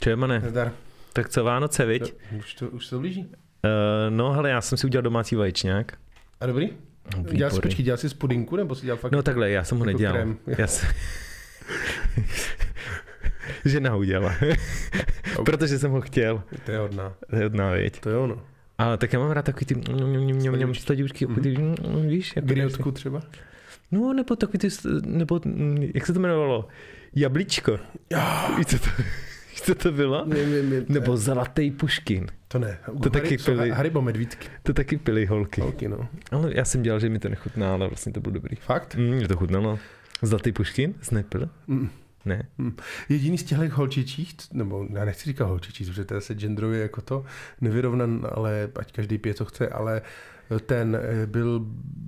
Čau, Mane. Zdar. Tak co, Vánoce, viď? Už se to blíží. No, hele, já jsem si udělal domácí vaječňák. A dobrý? Dělal jsi z pudinku, nebo si dělal fakt? No takhle, já jsem ho jako nedělal. krém. Žena ho udělala. Protože jsem ho chtěl. To je hodná. To je hodná, viď? To je ono. A tak já mám rád takový ty sladíčky, víš? Jako Griotku třeba? No, nebo takový ty, nebo jak se to jmenovalo? Jablíčko. Víš, co to bylo? Nebo Zlatý Puškin. To ne. To taky pili. Haribo medvídky. To taky pili holky. Holky, no. Ale já jsem dělal, že mi to nechutná, ale vlastně to bylo dobrý. Fakt? Mě to chutnalo. Zlatý Puškin? Jsi nepil? Ne. Jediný z těchto holčičích, nebo já nechci říkat holčičích, protože to se genderově jako to nevyrovnan, ale ať každý pije, co chce, ale ten byl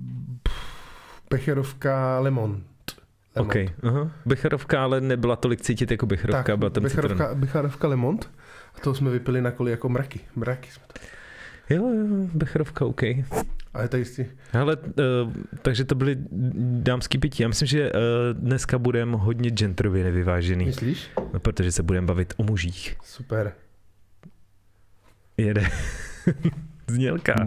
Becherovka Lemon. OK, Becherovka, ale nebyla tolik cítit jako Becherovka, tak, byla tam Becherovka Lemont a to jsme vypili na koli jako mraky. Mraky jsme to. Jo, Becherovka, OK. Ale to jistý. Hele, takže to byly dámský pití. Já myslím, že dneska budeme hodně genderově nevyvážený. Myslíš? No, protože se budeme bavit o mužích. Super. Jede. Znělka.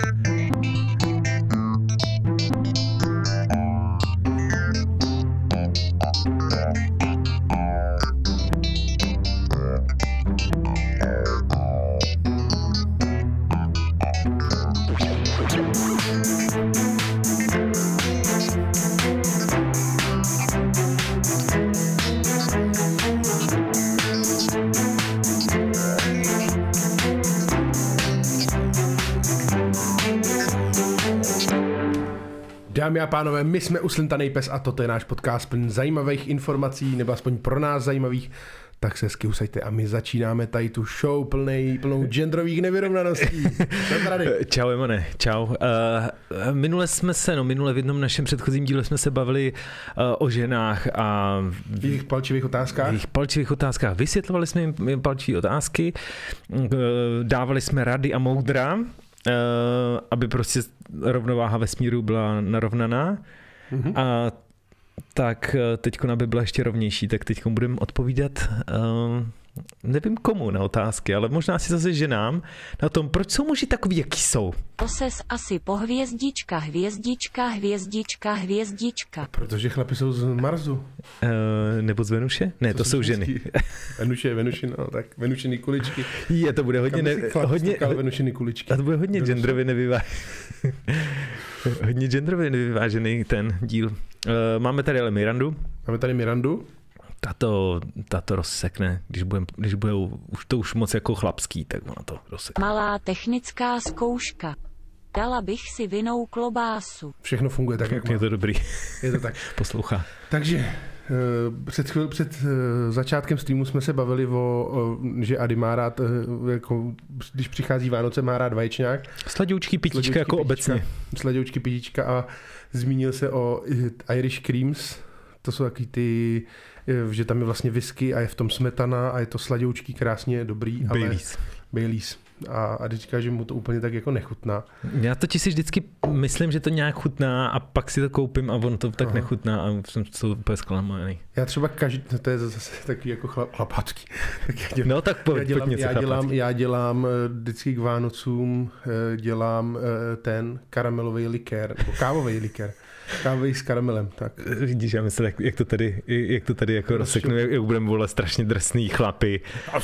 Dámy a pánové, my jsme Uslintanej pes a toto je náš podcast plný zajímavých informací, nebo aspoň pro nás zajímavých, tak se hezky usaďte a my začínáme tady tu show plnou genderových nevyrovnaností. Čau, Emone, čau. Minule v jednom našem předchozím díle jsme se bavili o ženách a jejich palčivých otázkách. Vysvětlovali jsme jim palčivé otázky, dávali jsme rady a moudra, aby prostě rovnováha vesmíru byla narovnaná. A tak teďko aby byla ještě rovnější, tak teďko budeme odpovídat nevím komu na otázky, ale možná si zase ženám na tom, proč jsou muži takový, jaký jsou. To ses asi po hvězdička. Protože chlapi jsou z Marsu. Nebo z Venuše? Ne, to jsou ženy. Venušiny, no, tak Venušiny kuličky. To bude hodně Venušiny kuličky. A to bude hodně genderově nevyvážený ten díl. Máme tady ale Mirandu. Tato rozsekne, když bude už moc jako chlapský, tak ona to rozsekne. Malá technická zkouška. Dala bych si vinou klobásu. Všechno funguje tak, jak má. Je to dobrý. Je to tak. Poslouchá. Takže před začátkem streamu jsme se bavili že Ady má rád, jako, když přichází Vánoce, má rád vaječňák. Sladoučky pitíčka jako obecně. Sladoučky pitíčka a zmínil se o Irish Creams. To jsou taky ty, že tam je vlastně whisky a je v tom smetana a je to sladoučký, krásně dobrý. Baileys. A když říká, že mu to úplně tak jako nechutná. Já to si vždycky myslím, že to nějak chutná a pak si to koupím a on to tak nechutná a jsem to úplně zklamaný. Já třeba to je zase taky jako chlapácký. Já dělám vždycky k Vánocům, ten karamelový likér, nebo kávový likér. Kávový s karamelem, tak. Vidíš, já myslím, jak to tady jako rozseknu, jak budeme volat strašně drsný chlapy.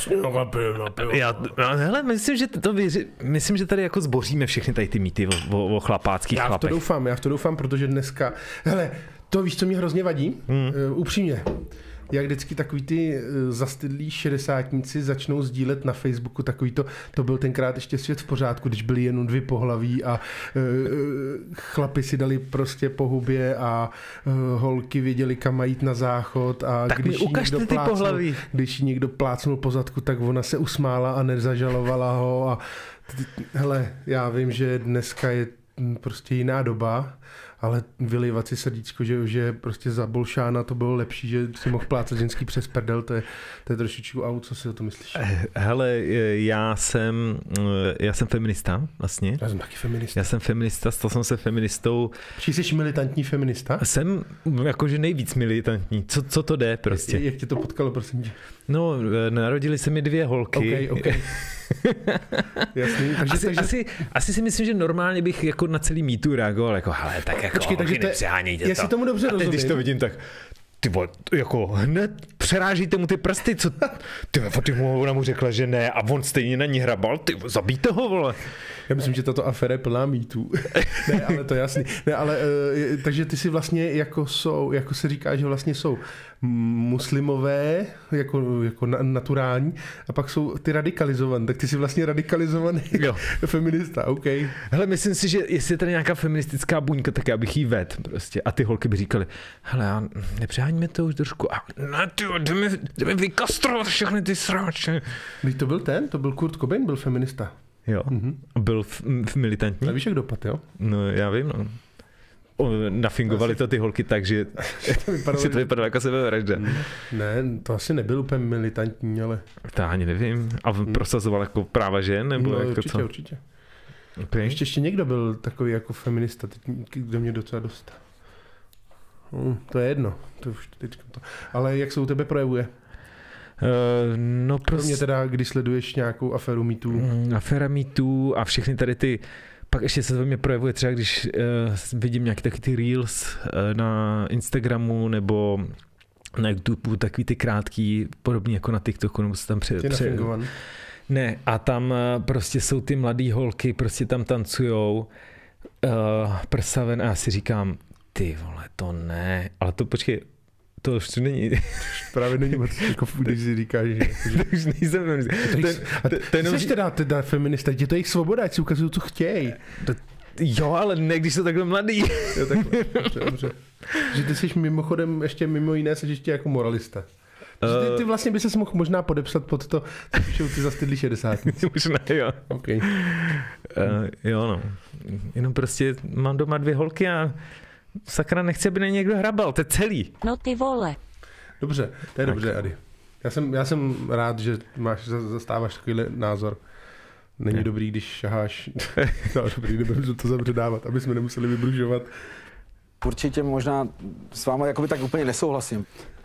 Hele, myslím, že tady jako zboříme všechny tady ty mýty o chlapáckých chlapech. Já v to doufám, protože dneska, hele, to víš, co mě hrozně vadí? Upřímně. Jak vždycky takový ty zastydlí šedesátníci začnou sdílet na Facebooku takový to byl tenkrát ještě svět v pořádku, když byly jenom 2 pohlaví a chlapi si dali prostě po hubě a holky věděli, kam mají jít na záchod a tak když jí někdo plácnul po zadku, tak ona se usmála a nezažalovala ho a hele, já vím, že dneska je prostě jiná doba ale vylejvat si srdíčko, že prostě za Bolšána to bylo lepší, že si mohl plácat ženský přes prdel, to je trošičku out, co si o to myslíš? Hele, já jsem feminista vlastně. Já jsem taky feminista. Já jsem feminista, stal jsem se feministou. Jsi militantní feminista? Jsem jakože nejvíc militantní. Co to jde prostě? Jak tě to potkalo, prosím tě? No, narodily se mi 2 holky. Okay. Jasný. Asi si myslím, že normálně bych jako na celý mýtu reagoval, jako hele, tak jako počkej, holky nepřehánějte to. Já si tomu dobře rozumím. Když to vidím, tak ty vole, jako hned přerážíte mu ty prsty, co ty ona mu řekla, že ne a on stejně na ní hrabal, ty zabijte ho, vole. Já myslím, že tato aféra je plná mýtů. Ne, ale to je jasný. Ne, ale takže ty si vlastně jako se říká, že vlastně jsou muslimové, jako naturální, a pak jsou ty radikalizované. Tak ty jsi vlastně radikalizovaný feminista, OK. Hele, myslím si, že jestli je tady nějaká feministická buňka, tak já bych jí vedl prostě. A ty holky by říkaly, hele, nepřeháníme to už trošku. A ne, jdeme vykastrovat všechny ty sráče. To byl Kurt Cobain, byl feminista. Jo, byl militantní. A víš, jak dopad, jo? No, já vím, no. Nafingovali to ty holky tak, že to vypadalo jako sebevražda. Ne, to asi nebyl úplně militantní, ale... To ani nevím. A prosazoval jako práva žen? Nebo no, jako určitě. Okay. Ještě někdo byl takový jako feminista, kdo mě docela dostal. To je jedno. Ale jak se u tebe projevuje? No prostě... Mě teda, když sleduješ nějakou aféru mýtů. Aféra mýtů a všechny tady ty... Pak ještě se to mě projevuje třeba, když vidím nějaký taky ty reels na Instagramu nebo na YouTube, takový ty krátký, podobně jako na TikToku, nebo se tam Ne, a tam prostě jsou ty mladý holky, prostě tam tancujou prsa ven a já si říkám, ty vole, to ne, ale to počkej, to už to není. Právě není moc, jako když si říkáš, že... To už nejsem feminista. Jsi teda feminista, je to jejich svoboda, ať si ukazují, co chtějí. Jo, ale ne, když jsou takhle mladý. Jo, takhle, dobře. Že ty jsi mimochodem ještě mimo jiné, jsi ještě jako moralista. Ty vlastně by ses mohl možná podepsat pod to, co píšou ty zastydlý 60. Možná, jo. Okay. Jo, no. Jenom prostě mám doma 2 holky a sakra nechci, aby na někdo hrabal, to je celý. No ty vole. Dobře, to je dobře, Ady. Já jsem rád, že zastáváš takovýhle názor. Není dobrý, když šaháš. No, dobrý, nebudeme to zabředávat, aby jsme nemuseli vybružovat. Určitě možná s vámi jakoby tak úplně nesouhlasím.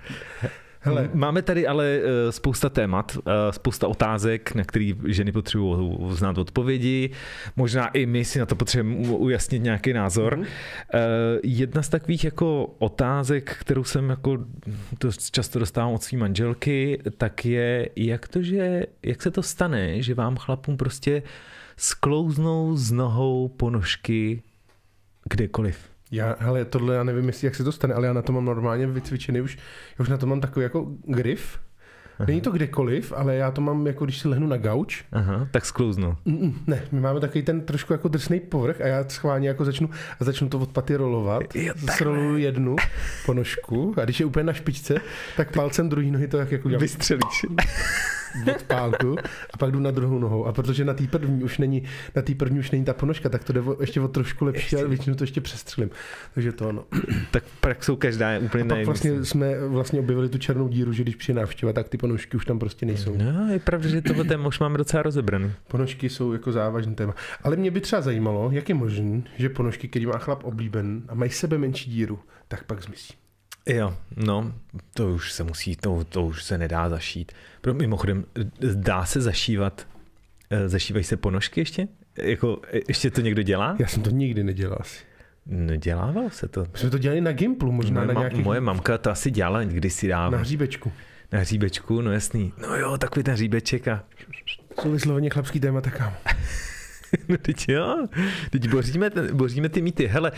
Hele. Máme tady ale spousta témat, spousta otázek, na které ženy potřebují znát odpovědi. Možná i my si na to potřebujeme ujasnit nějaký názor. Jedna z takových jako otázek, kterou jsem jako často dostávám od své manželky, tak je, jak se to stane, že vám chlapům prostě sklouznou z nohou ponožky kdekoliv. Tohle já nevím, jak se to stane, ale já na to mám normálně vycvičený už na to mám takový jako grif. Aha. Není to kdekoliv, ale já to mám jako když si lehnu na gauč. Aha, tak sklouznu. Ne, my máme takový ten trošku jako drsný povrch a já schválně jako začnu to od paty rolovat. Zroluju jednu ponožku a když je úplně na špičce, tak palcem druhý nohy to jako vystřelíš. Od pálku a pak jdu na druhou nohou. A protože na té první už není ta ponožka, tak to jde ještě o trošku lepší, ale většinou to ještě přestřelím. Takže to ano. Tak praxou každá je úplně nejvíc. Vlastně jsme objevili tu černou díru, že když přijde návštěva, tak ty ponožky už tam prostě nejsou. No, je pravda, že tohle téma už máme docela rozebraný. Ponožky jsou jako závažný téma. Ale mě by třeba zajímalo, jak je možné, že ponožky, který má chlap oblíben a mají sebe menší díru, tak pak zmizí. Jo, no, to už se musí, to už se nedá zašít. Mimochodem, dá se zašívat, zašívají se ponožky ještě? Jako, ještě to někdo dělá? Já jsem to nikdy nedělal asi. Nedělávalo se to. My jsme to dělali na Gimplu, možná na nějakých... Moje mamka to asi dělala kdysi dávno. Na hříbečku. Na hříbečku, no jasný. No jo, takový ten hříbeček a... Jsou vysloveně chlapský témata, kámo. No teď jo, teď boříme ty mýty. Hele,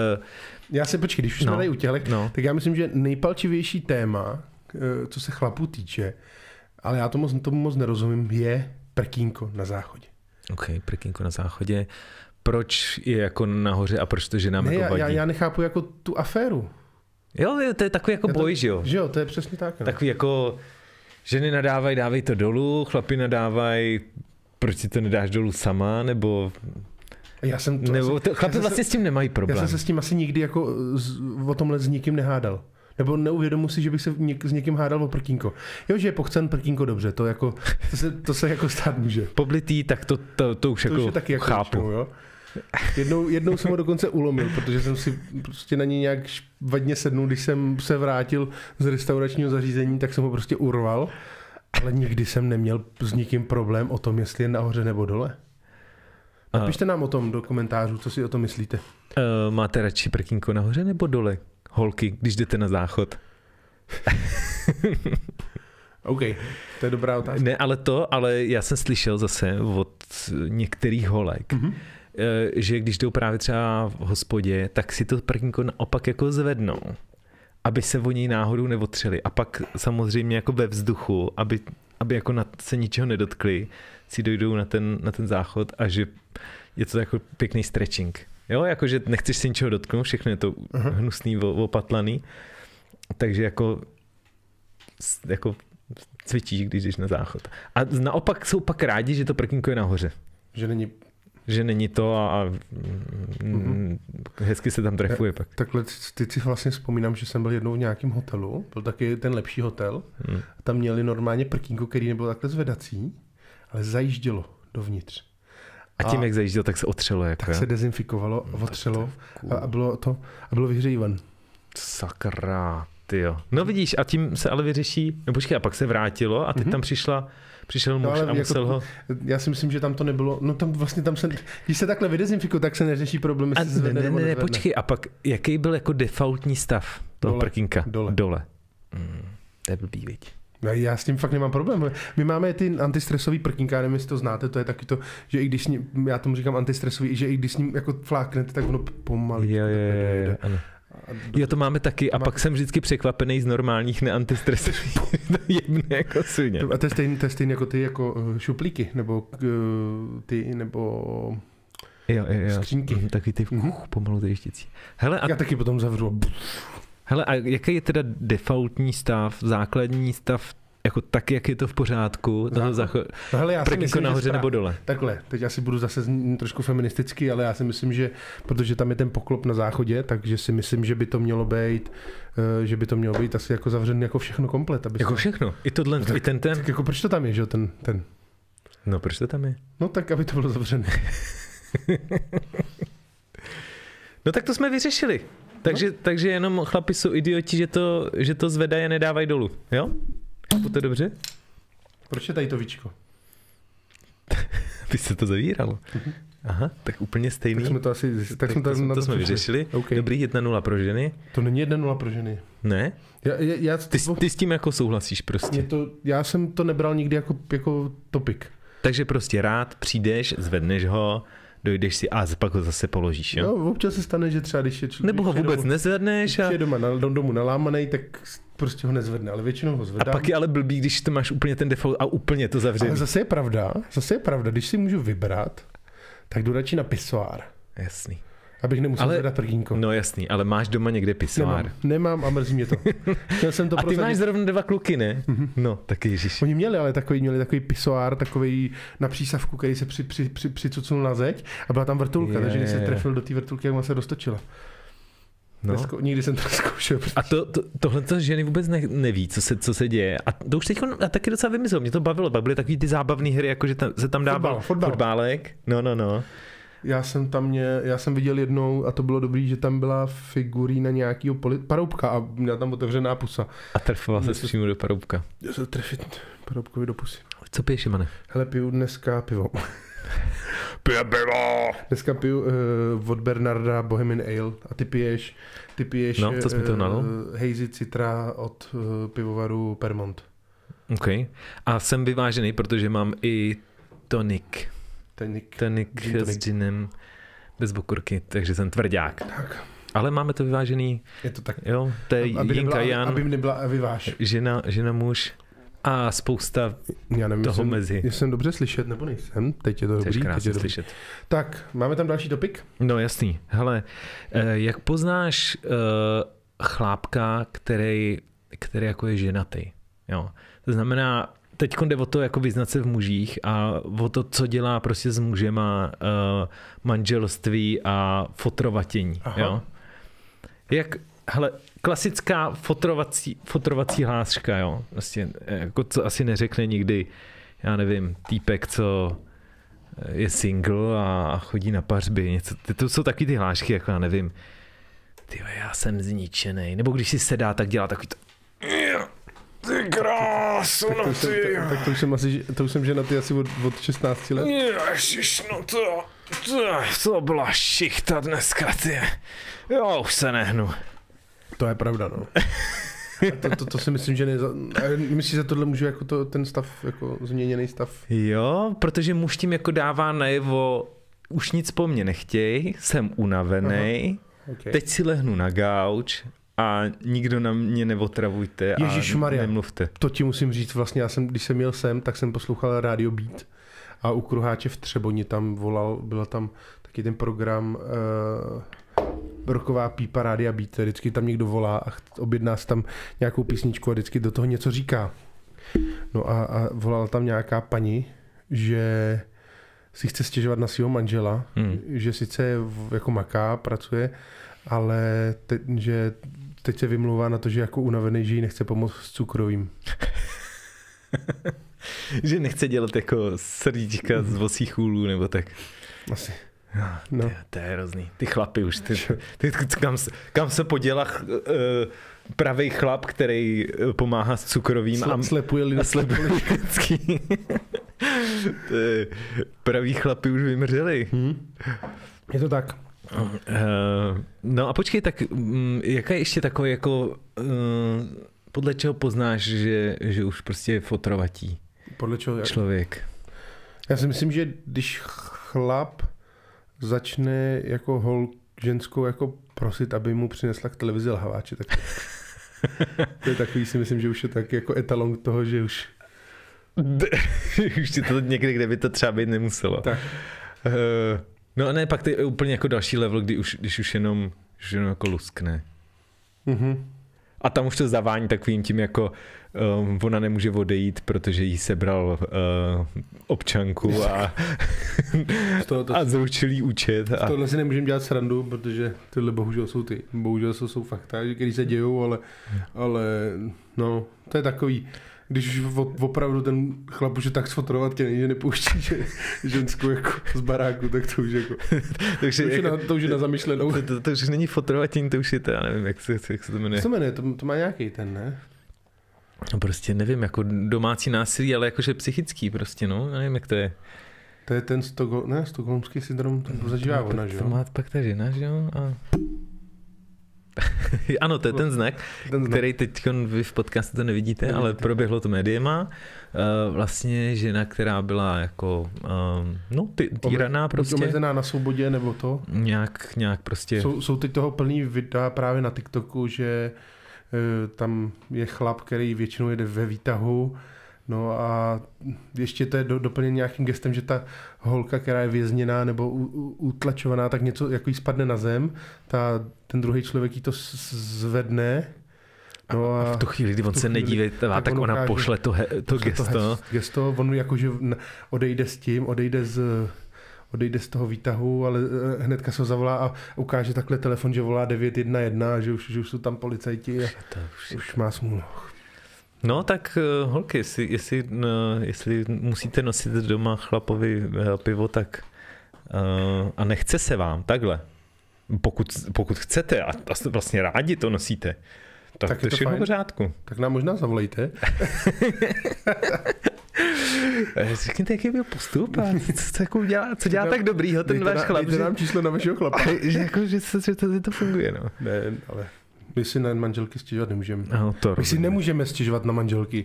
já se počkej, když už jsme tady u tělek, tak já myslím, že nejpalčivější téma, co se chlapů týče, ale já tomu moc nerozumím, je prkínko na záchodě. OK, prkínko na záchodě. Proč je jako nahoře a proč to ženám jako vadí? Já nechápu jako tu aféru. Jo, to je takový jako boj, že jo? Že jo, to je přesně tak. Takový jako ženy nadávají, dávej to dolů, chlapi nadávají, proč si to nedáš dolů sama, nebo... Chlapi vlastně s tím nemají problém. Já jsem se s tím asi nikdy jako o tomhle s nikým nehádal. Nebo neuvědomuji si, že bych se s někým hádal o prkínko. Jo, že je pochcen prkínko dobře, to se jako stát může. Poblitý, tak to už jako taky jako chápu. Většinou, jo? Jednou jsem ho dokonce ulomil, protože jsem si prostě na něj nějak vadně sednul, když jsem se vrátil z restauračního zařízení, tak jsem ho prostě urval, ale nikdy jsem neměl s nikým problém o tom, jestli je nahoře nebo dole. Napište nám o tom do komentářů, co si o tom myslíte. Máte radši prkínko nahoře nebo dole? Holky, když jdete na záchod. OK, to je dobrá otázka. Ne, ale já jsem slyšel zase od některých holek, že když jdou právě třeba v hospodě, tak si to prkínko naopak jako zvednou, aby se o něj náhodou neotřeli. A pak samozřejmě jako ve vzduchu, aby jako se ničeho nedotkli, si dojdou na ten záchod a že je to jako pěkný stretching. Jo, jakože nechceš si ničeho dotknout, všechno je to hnusný, opatlaný, takže jako cvičíš, když jdeš na záchod. A naopak jsou pak rádi, že to prkínko je nahoře. Že není to a hezky se tam trefuje pak. Takhle teď si vlastně vzpomínám, že jsem byl jednou v nějakém hotelu, byl taky ten lepší hotel, a tam měli normálně prkínko, který nebylo takhle zvedací, ale zajíždělo dovnitř. A tím, jak zajížděl, tak se otřelo. Jako, tak se dezinfikovalo, otřelo a bylo vyhřívan. Sakra, tyjo. No vidíš, a tím se ale vyřeší, no počkej, a pak se vrátilo a teď tam přišel muž a musel ho... Já si myslím, že tam to nebylo, no tam vlastně když se takhle vydezinfikuje, tak se neřeší problém, jestli se zvedne nebo nezvedne. Počkej, a pak jaký byl jako defaultní stav toho prkínka? Dole. To je blbý, viď. Já s tím fakt nemám problém. My máme ty antistresový prkínka, nevím, jestli to znáte, to je taky to, že i když s ním, já tomu říkám antistresový, že i když s ním jako fláknete, tak ono pomalý. Jo, ano. Jo, to máme taky a pak jsem vždycky překvapený z normálních neantistresových. Jemné jako svině. A to je stejný jako ty jako šuplíky, nebo jo. skřínky. Taky ty pomalu třeštící. Hele, já taky potom zavřu. Hele, a jaký je teda defaultní stav, základní stav, jako tak, jak je to v pořádku? Prkínko nahoře nebo dole? Takhle, teď asi budu zase trošku feministický, ale já si myslím, že protože tam je ten poklop na záchodě, takže si myslím, že by to mělo být asi jako zavřený jako všechno komplet. Jako všechno? I tohle, i ten? Tak jako proč to tam je, že ten? No, proč to tam je? No tak, aby to bylo zavřené. No tak to jsme vyřešili. Takže jenom chlapi jsou idioti, že to zvedají a nedávají dolů. Jo? Chápu to dobře? Proč je tady to víčko? By se to zavíralo. Aha, tak úplně stejný. Tak jsme to jsme vyřešili. Okay. Dobrý, 1-0 pro ženy. To není 1-0 pro ženy. Ne? Ty s tím jako souhlasíš prostě. Já jsem to nebral nikdy jako topik. Takže prostě rád přijdeš, zvedneš ho, dojdeš si a pak ho zase položíš, jo? No, občas se stane, že třeba když je nebo ho vůbec nezvedneš. Když je domů nalámanej, tak prostě ho nezvedne, ale většinou ho zvedám. A pak je ale blbý, když to máš úplně ten default a úplně to zavřený. Ale zase je pravda, když si můžu vybrat, tak jdu radši na pisoár. Jasný. Abych nemusel zvedat prkínko. No jasný, ale máš doma někde pisoár. Nemám a mrzí mě to. A ty máš zrovna 2 kluky, ne? No, taky ježiš. Oni měli takový pisoár, takový na přísavku, který se přicucnul na zeď a byla tam vrtulka, takže když se trefil do té vrtulky, jak ona se roztočila. No. Nikdy jsem to zkoušel. A tohle ženy vůbec neví, co se děje. A to už teď taky docela vymyslel. Mě to bavilo. Pak byly takový ty zábavné hry, jako že se tam dával fotbálek. No. Já jsem viděl jednou a to bylo dobrý, že tam byla figurína nějakého paroubka a měla tam otevřená pusa. A trfoval se přímo do paroubka. Já se trefit paroubkovi do pusy. Co piješ, Imane? Hele, piju dneska pivo. Dneska piju od Bernarda Bohemian Ale a ty piješ no, co jsi mi to nalil? Hazy Citra od pivovaru Permont. OK. A jsem vyvážený, protože mám i tonik s ginem bez bokurky, takže jsem tvrdák. Tak. Ale máme to vyvážený. Je to tak. Jo, to je Jinka Jan. Aby nebyla vyváž. Žena muž a spousta toho mezi. Jsem dobře slyšet, nebo nejsem? Teď je to dobrý. Slyšet. Tak, máme tam další topik? No jasný. Hele, jak poznáš chlápka, který jako je ženatý? Jo. To znamená, teď jde o to jako vyznat se v mužích a o to, co dělá prostě s mužema manželství a fotrovatění. Jo? Hele, klasická fotrovací hláška, jo. Vlastně, jako co asi neřekne nikdy, já nevím, týpek, co je single a chodí na pařby. Něco, to jsou taky ty hlášky, jako já nevím, tyjo, já jsem zničenej. Nebo když si sedá, tak dělá takový to... Ty krásu, no ty. Tak to už jsem ženatý asi od 16 let. Ježiš, no to byla šichta dneska, ty. Jo, už se nehnu. To je pravda, no. To si myslím, že myslíš, že tohle může jako ten stav, jako změněný stav? Jo, protože muž tím jako dává najevo, už nic po mně nechtěj, jsem unavený, okay. Teď si lehnu na gauč a nikdo na mě neotravujte a nemluvte. To ti musím říct, vlastně když jsem jel sem, tak jsem poslouchal Radio Beat a u Kruháče v Třeboni tam byla tam taky ten program rocková pípa Rádia Beat, vždycky tam někdo volá a objedná si tam nějakou písničku a vždycky do toho něco říká. No a volala tam nějaká paní, že si chce stěžovat na svého manžela, že sice jako maká, pracuje, ale že teď se vymlouvá na to, že jako unavený, že jí nechce pomoct s cukrovým. Že nechce dělat jako srdíčka z vosích hůlů, nebo tak. Asi. No. To je hrozný. Ty chlapy už. Kam se poděla pravej chlap, který pomáhá s cukrovým a slepuje lidský. Pravý chlapy už vymřeli. Je to tak. No a počkej, tak jaká je ještě takový jako podle čeho poznáš, že už prostě je fotrovatí podle čeho člověk? Já si myslím, že když chlap začne jako ženskou jako prosit, aby mu přinesla k televizi lhaváče, tak to je takový, si myslím, že už je tak jako etalon toho, že už už je to někde, kde by to třeba být nemuselo. Tak. No a ne, pak to je úplně jako další level, když už jenom jako luskne. Mm-hmm. A tam už to zavání takovým tím jako ona nemůže odejít, protože jí sebral občanku a zručil jí účet. Tohle si nemůžeme dělat srandu, protože tyhle bohužel jsou fakta, které se dějou, ale no, to je takový. Když už opravdu ten chlap už je tak sfotorovat tě, že nepouští ženskou jako z baráku, tak to už jako, to už je na zamyšlenou. To už není fotovatění, to už je to, já nevím, jak se to jmenuje. Co se jmenuje? To má nějaký ten, ne? No prostě nevím, jako domácí násilí, ale jakože psychický prostě, no, nevím, jak to je. To je ten stockholmský syndrom, to zažívá ona, že jo? To má pak ta žena, že jo? Ano, to je ten znak, který teď vy v podcastu to nevidíte, ale proběhlo to médiema. Vlastně žena, která byla jako týraná prostě. Omezená na svobodě, nebo to? Nějak prostě. Jsou teď toho plný videa právě na TikToku, že tam je chlap, který většinou jede ve výtahu. No a ještě to je doplněn nějakým gestem, že ta holka, která je vězněná nebo utlačovaná, tak něco jako jí spadne na zem, ten druhý člověk jí to zvedne. No a v tu chvíli, kdy on se nedívá, tak ona pošle to gesto. On jakože odejde s tím, odejde z toho výtahu, ale hnedka se ho zavolá a ukáže takhle telefon, že volá 911, že už jsou tam policajti a už má smůlu. No tak holky, jestli musíte nosit doma chlapovi pivo, tak a nechce se vám takhle, pokud chcete a vlastně rádi to nosíte, tak to je všechno v pořádku. Tak nám možná zavolejte. Řekněte, jaký byl postup a co dělá tak dobrýho ten váš chlap. Dejte nám číslo na vašeho chlapa. Že to funguje, no. Ne, ale my si na manželky stěžovat nemůžeme. My si nemůžeme stěžovat na manželky.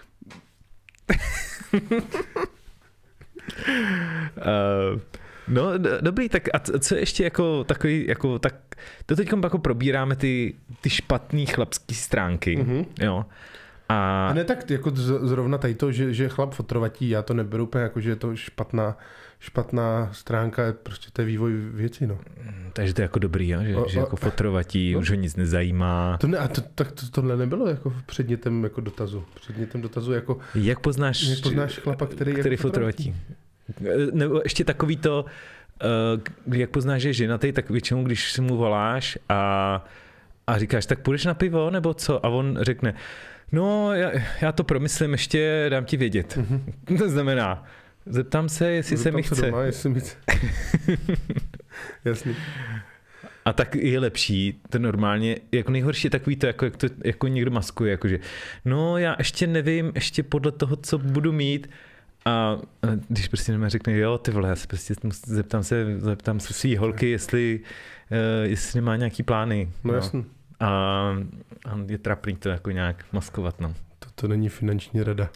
No, dobrý, tak a co ještě jako takový, jako tak, to teď jako probíráme ty špatný chlapský stránky, jo. A ne tak jako zrovna tady to, že je chlap fotrovatí, já to neberu úplně jako, že je to špatná stránka, prostě to je vývoj věci, no. Takže to je jako dobrý, jo? Že jako fotrovatí, už ho nic nezajímá. Tohle nebylo jako předmětem jako dotazu. Předmětem dotazu jako... Jak poznáš chlapa, který jako fotrovatí? Nebo ještě takový to, jak poznáš, že je ženatý, tak většinou, když si mu voláš a říkáš, tak půjdeš na pivo, nebo co? A on řekne, no, já to promyslím, ještě dám ti vědět. Mm-hmm. To znamená, zeptám se, jestli se mi chce. Doma, jestli mi chce. Jasný. A tak je lepší, to normálně, jako nejhorší je takový to, jak to jako někdo maskuje, jakože, no já ještě nevím, ještě podle toho, co budu mít, a když prostě nemá řekne, jo, ty vole, já se prostě zeptám se svý holky, jestli nemá nějaký plány. No jasný. A je trapný to jako nějak maskovat, no. To není finanční rada.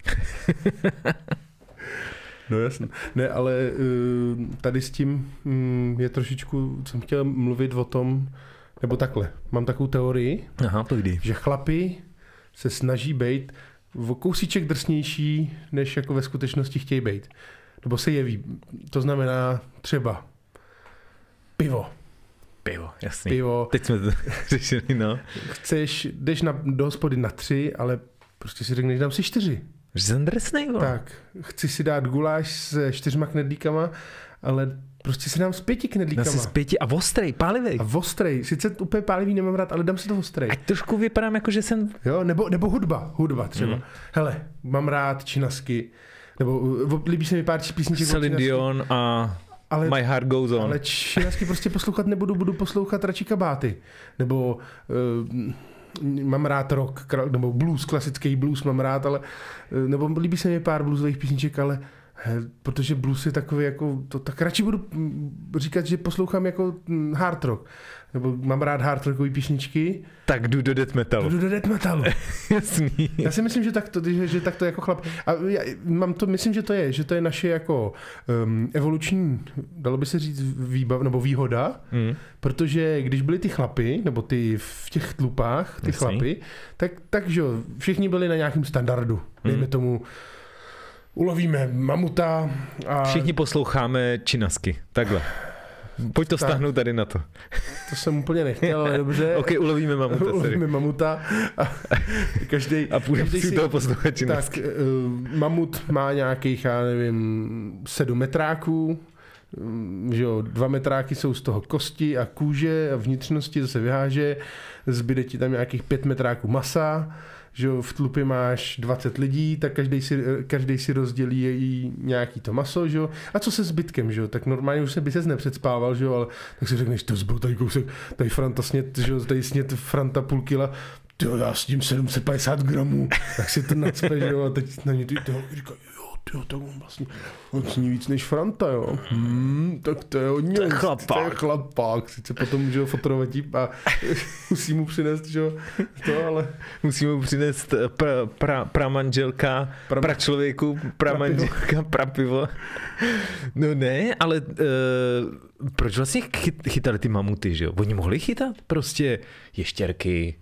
No jasně. Ne, ale tady s tím je trošičku, jsem chtěl mluvit o tom, nebo takhle, mám takovou teorii, že chlapi se snaží být o kousíček drsnější, než jako ve skutečnosti chtějí být. Nebo se jeví. To znamená třeba pivo, jasný. Pivo. Teď jsme to řešili, no. Jdeš do hospody na 3, ale prostě si řekneš, dám si 4. Že jsem drsnej, vole. Tak, chci si dát guláš se 4 knedlíkama, ale prostě si dám s 5 knedlíkama. Dám si s 5 a ostrej, pálivej. A ostrej, sice úplně pálivý nemám rád, ale dám si to ostrej. Ať trošku vypadám jako, že jsem... Jo, nebo hudba třeba. Hele, mám rád činasky, nebo líbí se mi pár písniček. Celine Dion a My Heart Goes On. Ale činasky prostě poslouchat nebudu, budu poslouchat radši kabáty. Nebo... mám rád rock, nebo blues, klasický blues mám rád, ale nebo líbí se mi pár bluesových písniček, ale protože blues je takový jako, to tak radši budu říkat, že poslouchám jako hard rock, nebo mám rád hard rockový písničky. Tak jdu do death metalu. Jasný. Já si myslím, že tak to jako chlap. A myslím, že to je naše jako evoluční, dalo by se říct výhoda, protože když byli ty chlapy, nebo ty v těch tlupách, ty chlapy, tak že jo, všichni byli na nějakém standardu. Dejme tomu, ulovíme mamuta a... Všichni posloucháme činasky, takhle. Pojď to stáhnout tady na to. To jsem úplně nechtěl, ale dobře. Ok, ulovíme mamuta. Ulovíme mamuta. A půjdeme si toho poslouchat činasky. Tak, mamut má nějakých, já nevím, 7 metráků. Že jo, 2 metráky jsou z toho kosti a kůže a vnitřnosti, to se vyháže. Zbyde ti tam nějakých 5 metráků masa. Že jo, v tlupě máš 20 lidí, tak každý si rozdělí nějaký to maso, že jo. A co se zbytkem, že jo? Tak normálně už by ses nepředspával, že jo, ale tak si řekneš, to zbyl tady kousek, tady Franta snět, že jo, tady snět Franta půl kila, tyjo, já s tím 750 gramů, tak si to nacpe, že jo, a teď na ně ty říkají, jo, tak on sní víc než Franta, jo. Tak to je hodně. To je chlapák. Sice potom, že jo, fotografatí a musí mu přinést, že jo, to, ale... Musí mu přinést pramanželka, pračlověku, pramanželka, prapivo. No ne, ale proč vlastně chytali ty mamuty, že jo? Oni mohli chytat prostě ještěrky,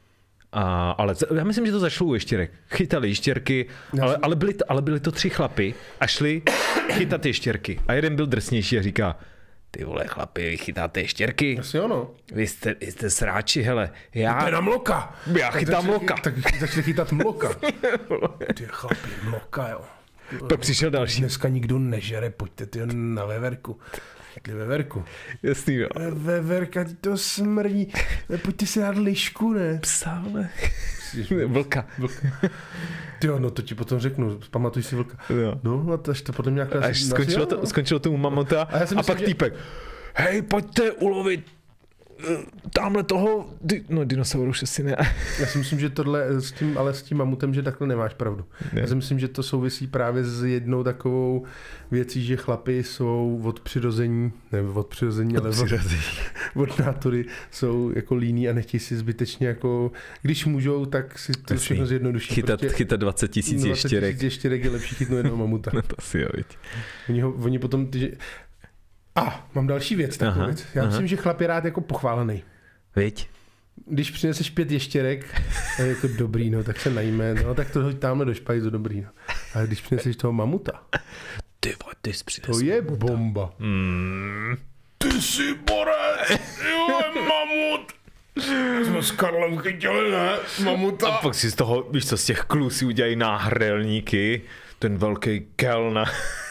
ale já myslím, že to začalo u ještěrek. Chytali ještěrky, ale byli to 3 chlapy a šli chytat ještěrky. A jeden byl drsnější a říká, ty vole chlapi, vy chytáte ještěrky? Asi ono. Vy jste sráči, hele. To je na mloka. Já chytám mloka. Tak začali chytat mloka. Ty chlapi, mloka, jo. Pak přišel další. Dneska nikdo nežere, pojďte ty na veverku. Chytli veverku. Jasný, jo. Veverka, to smrdí. Pojďte si dát lišku, ne? Psa, ne? Vlka. Tyjo, no to ti potom řeknu, pamatuj si vlka. Jo. No, až to potom nějak... Až skončilo tomu mamuta a pak týpek. Hej, pojďte ulovit tamhle toho, dinosaurus asi ne. Já si myslím, že tohle s tím mamutem, že takhle nemáš pravdu. Ne. Já si myslím, že to souvisí právě s jednou takovou věcí, že chlapi jsou od přirození, ale od nátury jsou jako líní a nechtějí si zbytečně jako, když můžou, tak si to všechno zjednoduší. Chytat 20 000 ještěrek. 20 000 ještěrek je lepší chytnout jednoho mamuta. No to asi jo, viď. Oni potom... mám další věc. Já myslím, že chlap je rád jako pochválený. Viď? když přineseš 5 ještěrek, tak jako dobrý, no, tak se najíme, no, tak to hoď tamhle do špajzu, dobrý, no. A když přineseš toho mamuta, Ty jsi přinesl. to je bomba. Ty jsi borec, jo, mamut. Jsme s Karlem chytili, ne? Mamuta. A pak si z toho, víš co, z těch klů si udělají náhrelníky, ten velký kelna.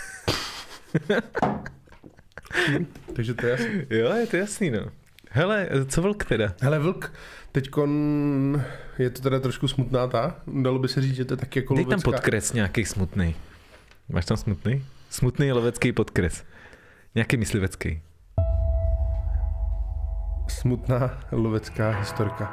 Takže to je jasný. Jo, je to jasný, no. Hele, co vlk teda? Hele, vlk, teďkon je to teda trošku smutná dalo by se říct, že to je tak jako Dej tam lovecká. podkres nějaký smutný. Máš tam smutný? Smutný lovecký podkres. Nějaký myslivecký. Smutná lovecká historka.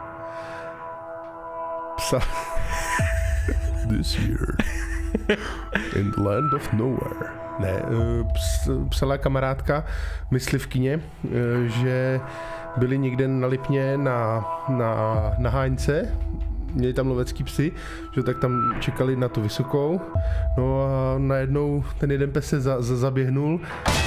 This year in the land of nowhere. Ne, psala kamarádka myslivkyně, že byli někde na Lipně na háňce, měli tam lovecký psy, že tak tam čekali na tu vysokou, no a najednou ten jeden pes se zaběhnul.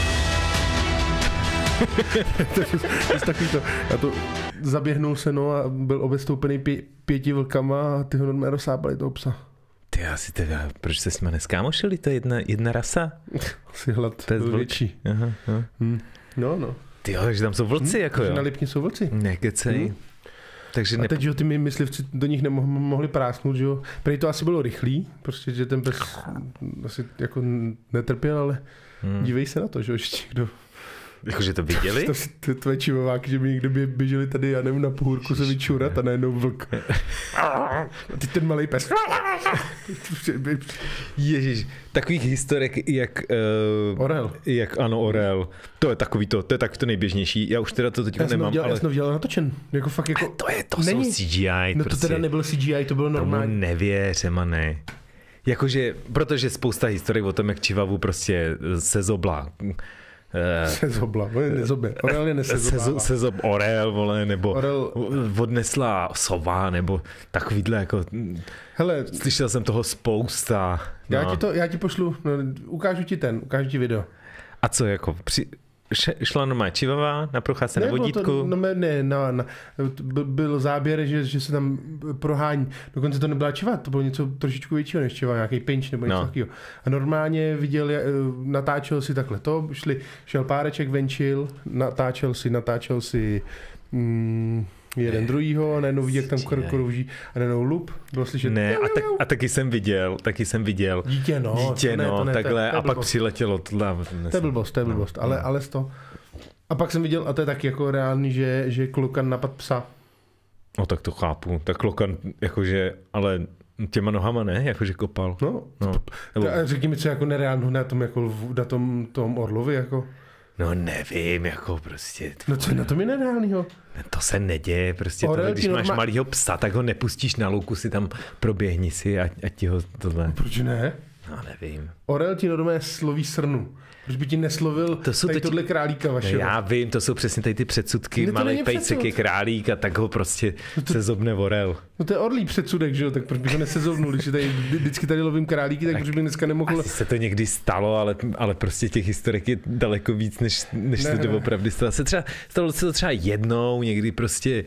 to je takový to, a to zaběhnul se, no a byl obestoupený 5 vlkama a ty ho normálně rozsápali toho psa. Ty asi teda, proč se s nima neskámošili? To je jedna rasa? Asi hlad To je byl větší. Aha. No. Ty jo, že tam jsou vlci, jako jo. Na Lipně jsou vlci. Nekecej. Takže A teď, že ty myslivci do nich nemohli prásnout, že jo. Prej to asi bylo rychlý, prostě, že ten pes asi jako netrpěl, ale dívej se na to, že jo, ještě kdo. Jakože to viděli? To tvoje čivováky, že by někdo běželi tady, já nevím, na půhůrku se vyčurat a najednou vlk. A teď ten malej pes. Ježiš, takových historek jak... Orel. Ano, orel. To je takový to je takový to nejběžnější. Já už teda to teď nemám, ale... Já jsem to viděl natočen. Jako fakt jako... To jsou CGI. No to prostě. teda nebyl CGI, to bylo normální. Tomu nevěř, ne. Jakože, protože spousta historik o tom, jak Čivavu prostě se zobla. Sezobla, nezobě. Orel je nesezobává. Sezob orel, vole, nebo Orel... odnesla sova, nebo takovýhle jako... Hele, slyšel jsem toho spousta. No. Já ti pošlu, ukážu ti video. A co jako, šla normálně Čivava na procházce na vodítku? Byl záběr, že se tam prohání. Dokonce to nebyla Čiva, to bylo něco trošičku většího než Čiva, nějaký pinč nebo něco takového. A normálně viděl, natáčel si takhle to, šel páreček, venčil, natáčel si jeden druhýho a najednou vidí, jak tam krouží a najednou lup, bylo slyšet. Ne, a taky jsem viděl. Dítě, takhle, a pak přiletělo. To je blbost, ale to. A pak jsem viděl, a to je taky jako reálný, že klokan napad psa. No tak to chápu, tak klokan, jakože, ale těma nohama ne, jakože kopal. No. Řekni mi, co jako nereálno na tom orlovi, jako. No nevím, jako prostě. No co je na tom je nereálnýho? To se neděje, prostě tohle, když máš malýho psa, tak ho nepustíš na louku, si tam proběhni si a ti ho tohle. Proč ne? No nevím. Orel ti normálně sloví srnu. Proč by ti neslovil tohle králíka vašeho? No já vím, to jsou přesně tady ty předsudky, malý pejsek je králík a tak ho prostě se zobne orel. No to je orlí předsudek, že jo, tak proč bych ho nesezovnul, když vždycky tady lovím králíky, tak proč bych dneska nemohl... Asi se to někdy stalo, ale prostě těch historik je daleko víc, než se doopravdy stalo. Stalo se to třeba jednou, někdy prostě...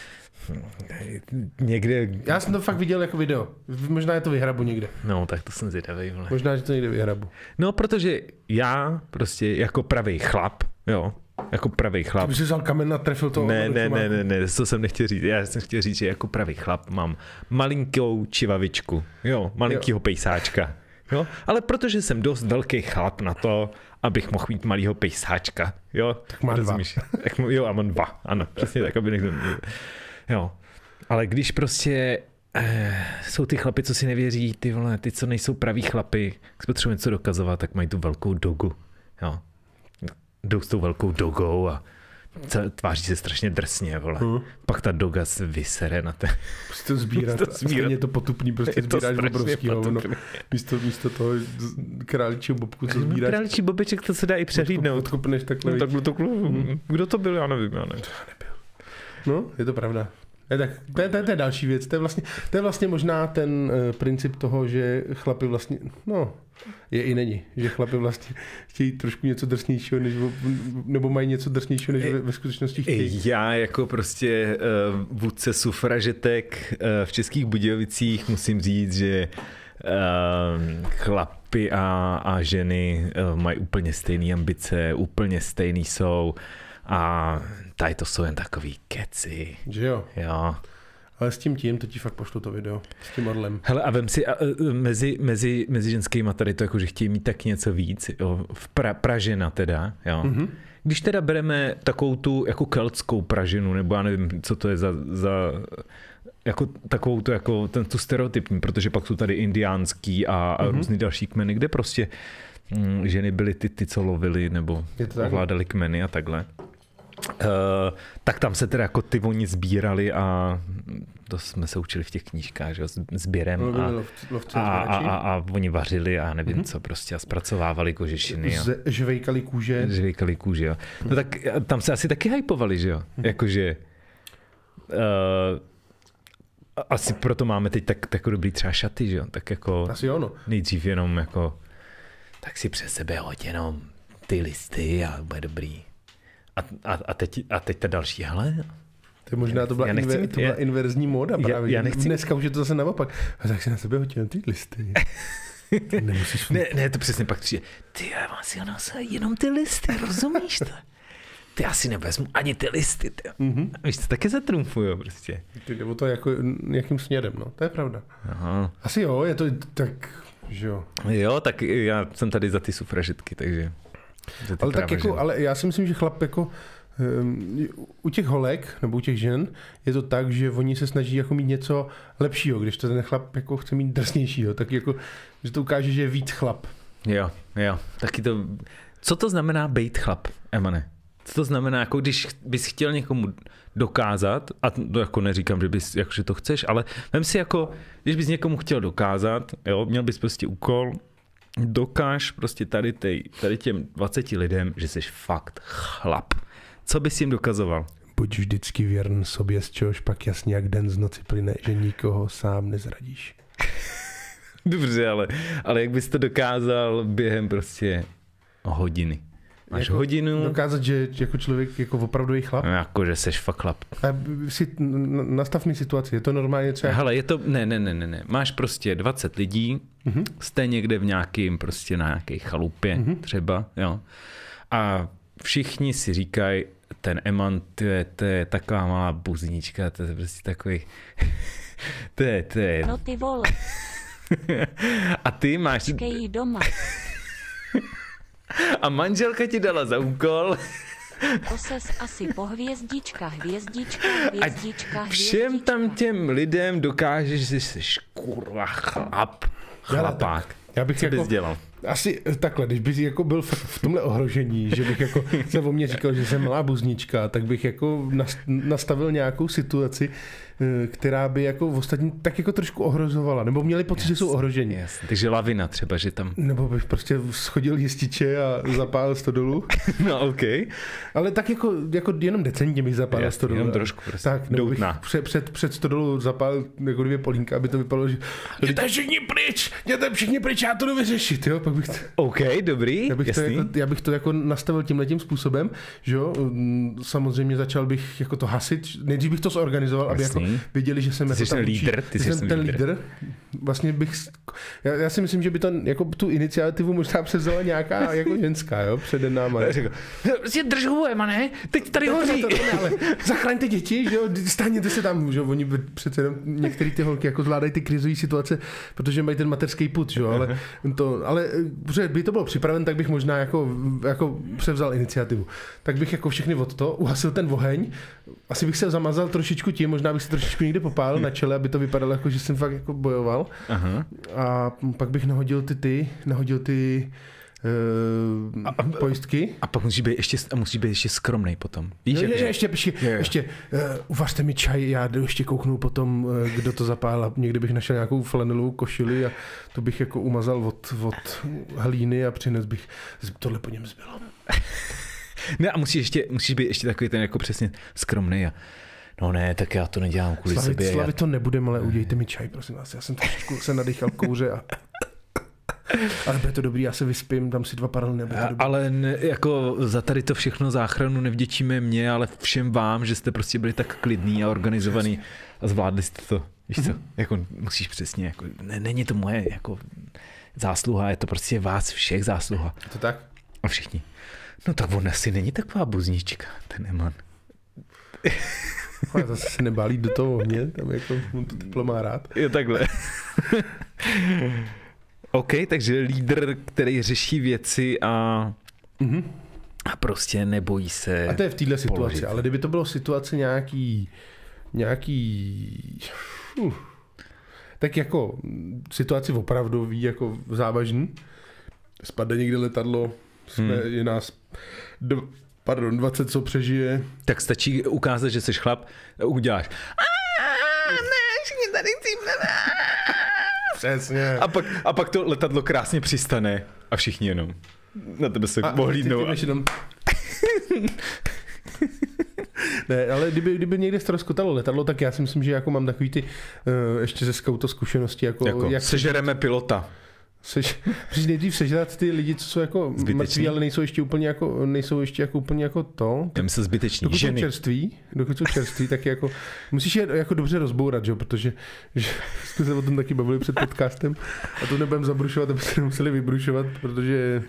Někde... Já jsem to fakt viděl jako video. Možná je to vyhrabu někde. No, tak to jsem zvědavej, vole. Možná, že to někde vyhrabu. No, protože já prostě jako pravý chlap, jo, jako pravý chlap. Ty jsi vzal kamen a trefil to. Ne, to jsem nechtěl říct. Já jsem chtěl říct, že jako pravý chlap mám malinkou čivavičku, jo, malinkýho pejsáčka. Jo? Ale protože jsem dost velký chlap na to, abych mohl mít malýho pejsáčka, jo. Tak má 2. Jo, a mám 2, ano, přesně tak, aby někdo... Jo, ale když prostě jsou ty chlapi, co si nevěří, ty vole, ty, co nejsou praví chlapi, když potřebují něco dokazovat, tak mají tu velkou dogu, jo. Jdou s tou velkou dogou a tváří se strašně drsně, vole. Pak ta doga se vysere na ten... Prostě to sbírat. Je to potupný, prostě sbíráš obrovskýho. No, místo toho králičího bobku, co sbíráš. Králičí bobeček, to se dá i přehlídnout. Odkopneš takhle. Kdo to byl, já nevím. No, je to pravda. To je další věc. To je vlastně možná ten princip toho, že chlapi vlastně, je i není. Že chlapi vlastně chtějí trošku něco drsnějšího, nebo mají něco drsnějšího, než ve skutečnosti chtějí. Já jako prostě vůdce sufražetek v Českých Budějovicích musím říct, že chlapi a ženy mají úplně stejné ambice, úplně stejný jsou a tady to jsou jen takový keci. Že jo? Jo. Ale s tím to ti fakt pošlu to video, s tím orlem. Hele, a vem si, mezi ženskýma tady to jako, že chtějí mít tak něco víc, jo, v pražena teda, jo. Mm-hmm. Když teda bereme takovou tu jako keltskou pražinu, nebo já nevím, co to je za jako takovou tu, jako tu stereotypní, protože pak jsou tady indiánský a různý další kmeny, kde prostě ženy byly ty, co lovily, nebo ovládali kmeny a takhle. Tak tam se teda jako ty oni sbírali a to jsme se učili v těch knížkách, že sběrem a oni vařili a nevím co prostě a zpracovávali kožešiny. Žvejkali kůže. Žvejkali kůže, jo. No tak tam se asi taky hypovali, že jo? Jakože asi proto máme teď tak dobrý třeba šaty, že jo? Tak jako asi ono. Nejdřív jenom jako tak si přes sebe hoď jenom ty listy a bude dobrý. A teď ta další, hele. To možná to byla inverzní móda právě. Já nechci. Dneska už je to zase naopak. A tak si na sebe hodil ty listy. Ne, to přesně pak přijde. Ty, já vám si jenom ty listy, rozumíš to? Ty asi nevezmu ani ty listy. Ty. Mm-hmm. Víš, to taky zatrumfujou prostě. Nebo to jako nějakým směrem, no. To je pravda. Aha. Asi jo, je to tak, že jo. Jo, tak já jsem tady za ty sufražitky, takže... Ale tak jako, ale já si myslím, že chlap jako u těch holek nebo u těch žen je to tak, že oni se snaží jako mít něco lepšího, když to ten chlap jako chce mít drsnějšího, tak jako, že to ukáže, že je víc chlap. Jo, taky to... Co to znamená být chlap, Emane? Co to znamená, jako když bys chtěl někomu dokázat, a to jako neříkám, že to chceš, ale vem si jako, když bys někomu chtěl dokázat, jo, měl bys prostě úkol, dokáž prostě tady těm 20 lidem, že jsi fakt chlap. Co bys jim dokazoval? Buď vždycky věrn sobě, z čehož pak jasně jak den z noci plyne, že nikoho sám nezradíš. Dobře, ale jak bys to dokázal během prostě hodiny? Máš jako hodinu. Dokázat, že jako člověk jako opravdu chlap? No, jako, že seš fakt chlap. Nastav mi situaci, je to normálně třeba? Hele, je to, ne. Máš prostě 20 lidí, jste někde v nějakým, prostě na nějaké chalupě třeba, jo. A všichni si říkají, ten Eman, to je taková malá buznička, to je prostě takový, to je. No ty vole. A ty máš... Počkej doma. A manželka ti dala za úkol. To ses asi po hvězdička. A všem tam těm lidem dokážeš, že jsi kurva chlapák. Já bych co bys dělal? Asi takhle, když bych jako byl v tomhle ohrožení, že bych jako se o mě říkal, že jsem malá buznička, tak bych jako nastavil nějakou situaci, která by jako ostatní tak jako trošku ohrozovala, nebo měli pocit, že jsou ohroženi. Takže lavina třeba, že tam... Nebo bych prostě schodil jističe a zapálil stodolu. No ok. Ale tak jako jenom decentně bych zapálil stodolu. Jenom trošku prostě. Tak, nebo bych před stodolu zapálil jako 2 polínka, aby to vypadalo, že jděte všichni pryč, já to jdu vyřešit, jo? Pak bych to... OK, dobrý, já bych to jako nastavil tímhletím způsobem, že jo? Samozřejmě začal bych jako to hasit, nejdřív bych to zorganizoval, aby jako věděli, že jsem jako ten lídr, ten lídr. Vlastně bych, já si myslím, že by to jako tu iniciativu možná převzala nějaká jako ženská, jo, přede náma. Prostě drž hubu, Emane, teď tady hoří. Ale zachraňte děti, že jo, stáhněte se tam, že jo, oni přece některé ty holky jako zvládají ty krizové situace, protože mají ten mateřský pud, že jo, ale by to bylo připraven, tak bych možná jako převzal iniciativu. Tak bych jako všechny od to uhasil ten oheň, asi bych se zamazal trošičku tím, možná bych se trošičku někde popálil na čele, aby to vypadalo jako, že jsem fakt jako bojoval. Aha. A pak bych nahodil ty pojistky. A pak musí být ještě skromnej potom. Víš, ještě uvařte mi čaj, já ještě kouknu potom, kdo to zapálil, a někdy bych našel nějakou flanelovou košili a to bych jako umazal od hlíny a přines bych, tohle po něm zbylo. Ne, a musíš být ještě takový ten jako přesně skromnej a no ne, tak já to nedělám kvůli sobě. Slavit to nebudem, ale udějte mi čaj, prosím vás. Já jsem trošku se nadýchal kouře a... Ale bude to dobrý, já se vyspím, dám si 2 paralely. Ale ne, jako za tady to všechno záchranu nevděčíme mě, ale všem vám, že jste prostě byli tak klidný a organizovaný a zvládli jste to. Víš co, jako musíš přesně, jako, není to moje jako zásluha, je to prostě vás všech zásluha. To tak? A všichni. No tak on asi není taková buznička, ten Eman. Ale zase se nebálí do toho ohně, tam jako on to teplo má rád. Jo, takhle. OK, takže lídr, který řeší věci a prostě nebojí se. A to je v této situaci, položit. ale kdyby to bylo situace nějaký tak jako situaci opravdový, jako závažný, spadne někde letadlo, je nás 20, co přežije. Tak stačí ukázat, že jsi chlap, uděláš. Ne, všichni tady chcíme. Přesně. A pak to letadlo krásně přistane a všichni jenom na tebe se pohlídnou. Ne, ale kdyby někde ztroskotalo letadlo, tak já si myslím, že jako mám takový ty ještě ze skauto zkušenosti. Jako jak sežereme pilota. Nejdřív sežrat ty lidi, co jsou jako mrtví, ale nejsou ještě úplně jako to. Já myslím zbyteční ženy. Dokud jsou čerství, tak jako musíš je jako dobře rozbourat, že? Protože jsme se o tom taky bavili před podcastem a to nebudeme zabrušovat, aby se nemuseli vybrušovat, protože...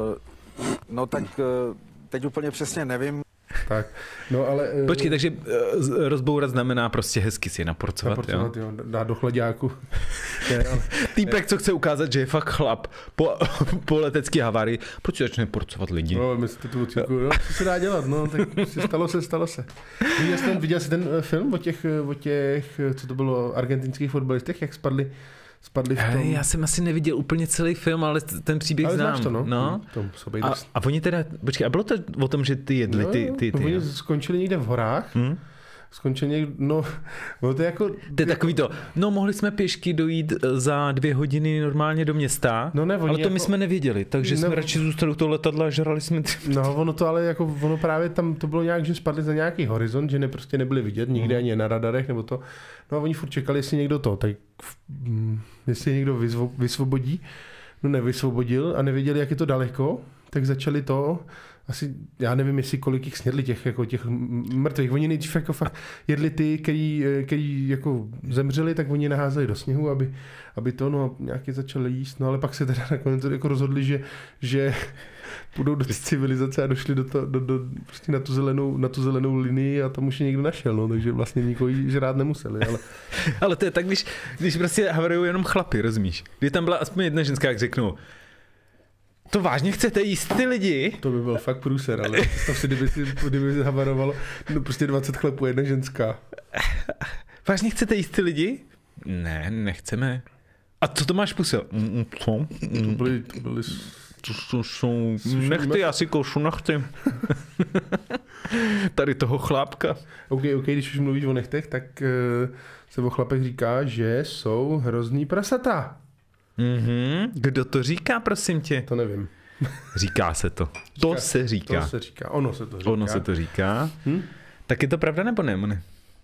No tak teď úplně přesně nevím. Tak, no ale... Počkej, takže rozbourat znamená prostě hezky si naporcovat, jo? Dát do chlaďáku. Týpek, co chce ukázat, že je fakt chlap po letecké havárii, proč začne porcovat lidi? No, myslíte tu ocíku, no, co se dá dělat, no, tak stalo se. Viděl jsi ten film o těch, co to bylo, argentinských fotbalistech, jak spadli v tom... Já jsem asi neviděl úplně celý film, ale ten příběh ale znám. Znáš to, no. A oni teda, počkej, a bylo to o tom, že ty jedli ty oni skončili někde v horách, skončili někde, no to je jako... To je takový to, no mohli jsme pěšky dojít za 2 hodiny normálně do města, ale to jako, my jsme nevěděli, takže jsme radši zůstali u toho letadla a žrali jsme... No ono právě tam to bylo nějak, že spadli za nějaký horizont, že prostě nebyli vidět nikde ani na radarech nebo to. No a oni furt čekali, jestli někdo jestli někdo vysvobodí, no nevysvobodil a nevěděli, jak je to daleko, tak začali to, asi, já nevím, jestli kolik jich snědli těch mrtvých. Oni nejdřív jako fakt jedli ty, který jako zemřeli, tak oni naházeli do sněhu, aby to, no nějaký začali jíst, no ale pak se teda nakonec jako rozhodli, že půjdou do civilizace a došli prostě na tu zelenou linii a tam už je někdo našel, no, takže vlastně nikoho žrát nemuseli, ale... Ale to je tak, když prostě havarujou jenom chlapi, rozumíš? Když tam byla aspoň jedna ženská, jak řeknou, to vážně chcete jíst ty lidi? To by byl fakt průser, ale představ si, kdyby se havarovalo, no prostě 20 chlapů, jedna ženská. Vážně chcete jíst ty lidi? Ne, nechceme. A co to máš pusel? Co? To byly To jsou nechty, já si koušu nechty. Tady toho chlápka. OK, když už mluvíš o nechtech, tak se o chlapech říká, že jsou hrozný prasata. Kdo to říká, prosím tě? To nevím. Říká se to. To se říká. Ono se to říká. Tak je to pravda nebo ne?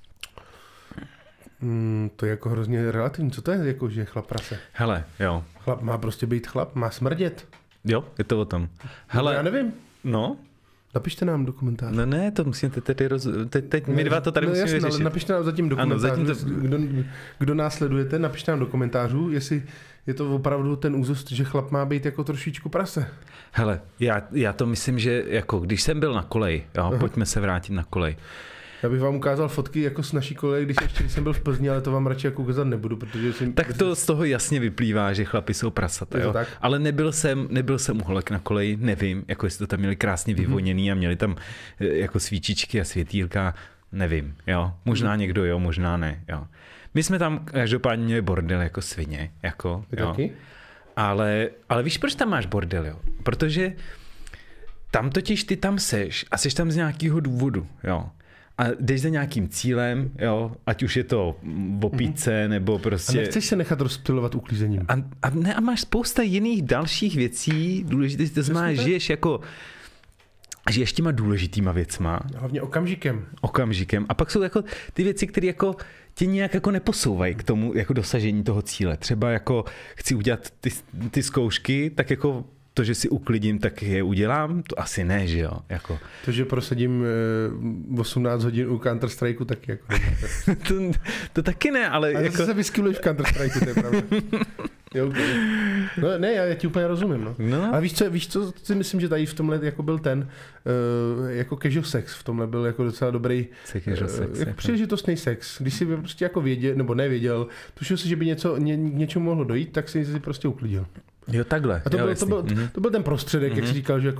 To je jako hrozně relativní. Co to je, jako, že je chlap prase? Hele, jo. Chlap má prostě být chlap, má smrdět. Jo, je to o tom. Hele, já nevím. No. Napište nám do komentářů. Ne, to musíte tedy teď my dva to tady musíme vyřešit. Ale napište nám zatím do komentářů. Kdo nás sledujete, napište nám do komentářů, jestli je to opravdu ten úzus, že chlap má být jako trošičku prase. Hele, já to myslím, že jako když jsem byl na koleji, pojďme se vrátit na kolej. Já bych vám ukázal fotky jako z naší koleje, když jsem byl v Plzni, ale to vám radši jako ukázat nebudu, protože tak to z toho jasně vyplývá, že chlapi jsou prasata, jo. Ale nebyl jsem u holek na koleji, nevím, jako jestli to tam měli krásně vyvoněný a měli tam jako svíčičky a světýlka, nevím, jo. Možná někdo jo, možná ne, jo. My jsme tam každopádně měli bordel jako svině, jako, jo. Taky? Ale víš, proč tam máš bordel, jo? Protože tam totiž ty tam seš a seš tam z nějakého důvodu, jo. A jdeš za nějakým cílem, jo, ať už je to v opíce, nebo prostě... A nechceš se nechat rozptylovat uklízením. A máš spousta jiných dalších věcí, důležitých, to znamená, žiješ jako žiješ těma důležitýma věcma. Hlavně okamžikem. A pak jsou jako ty věci, které jako tě nějak jako neposouvají k tomu jako dosažení toho cíle. Třeba jako chci udělat ty zkoušky, tak jako to, že si uklidím, tak je udělám, to asi ne, že jo? Jako. To, že prosedím 18 hodin u Counter-Strikeu, taky jako. to taky ne, ale jako... se vyskyluješ v Counter-Strikeu, to je pravda. Jo, okay. No ne, já ti úplně rozumím, no. Ale víš co si myslím, že tady v tomhle jako byl ten jako casual sex, v tomhle byl jako docela dobrý jako příležitostný sex. Když si prostě jako věděl, nebo nevěděl, tušil si, že by něčemu mohlo dojít, tak si prostě uklidil. Jo, takhle. A to byl ten prostředek, jak jsi říkal, že, jako,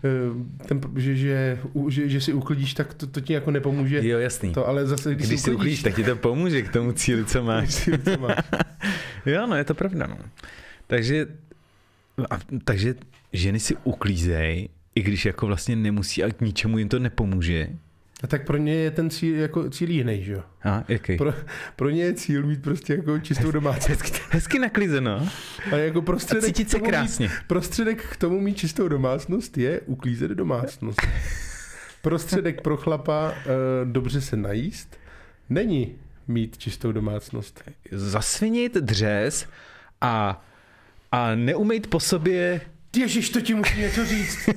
že si uklidíš, tak to ti jako nepomůže. Jo, jasný. To, ale zase, když si uklidíš, tak ti to pomůže k tomu cíli, co máš. Jo, no, je to pravda. No. Takže ženy si uklízej, i když jako vlastně nemusí a k ničemu jim to nepomůže. A tak pro ně je ten cíl, jako cíl jiný, že jo? A jaký? Pro ně je cíl mít prostě jako čistou domácnost. Hezky naklizeno. A jako prostředek, a cítit se krásně. Prostředek k tomu mít čistou domácnost je uklízet domácnost. Prostředek pro chlapa dobře se najíst není mít čistou domácnost. Zasvinit dřez a neumejt po sobě... Ježiš, to ti musí něco říct.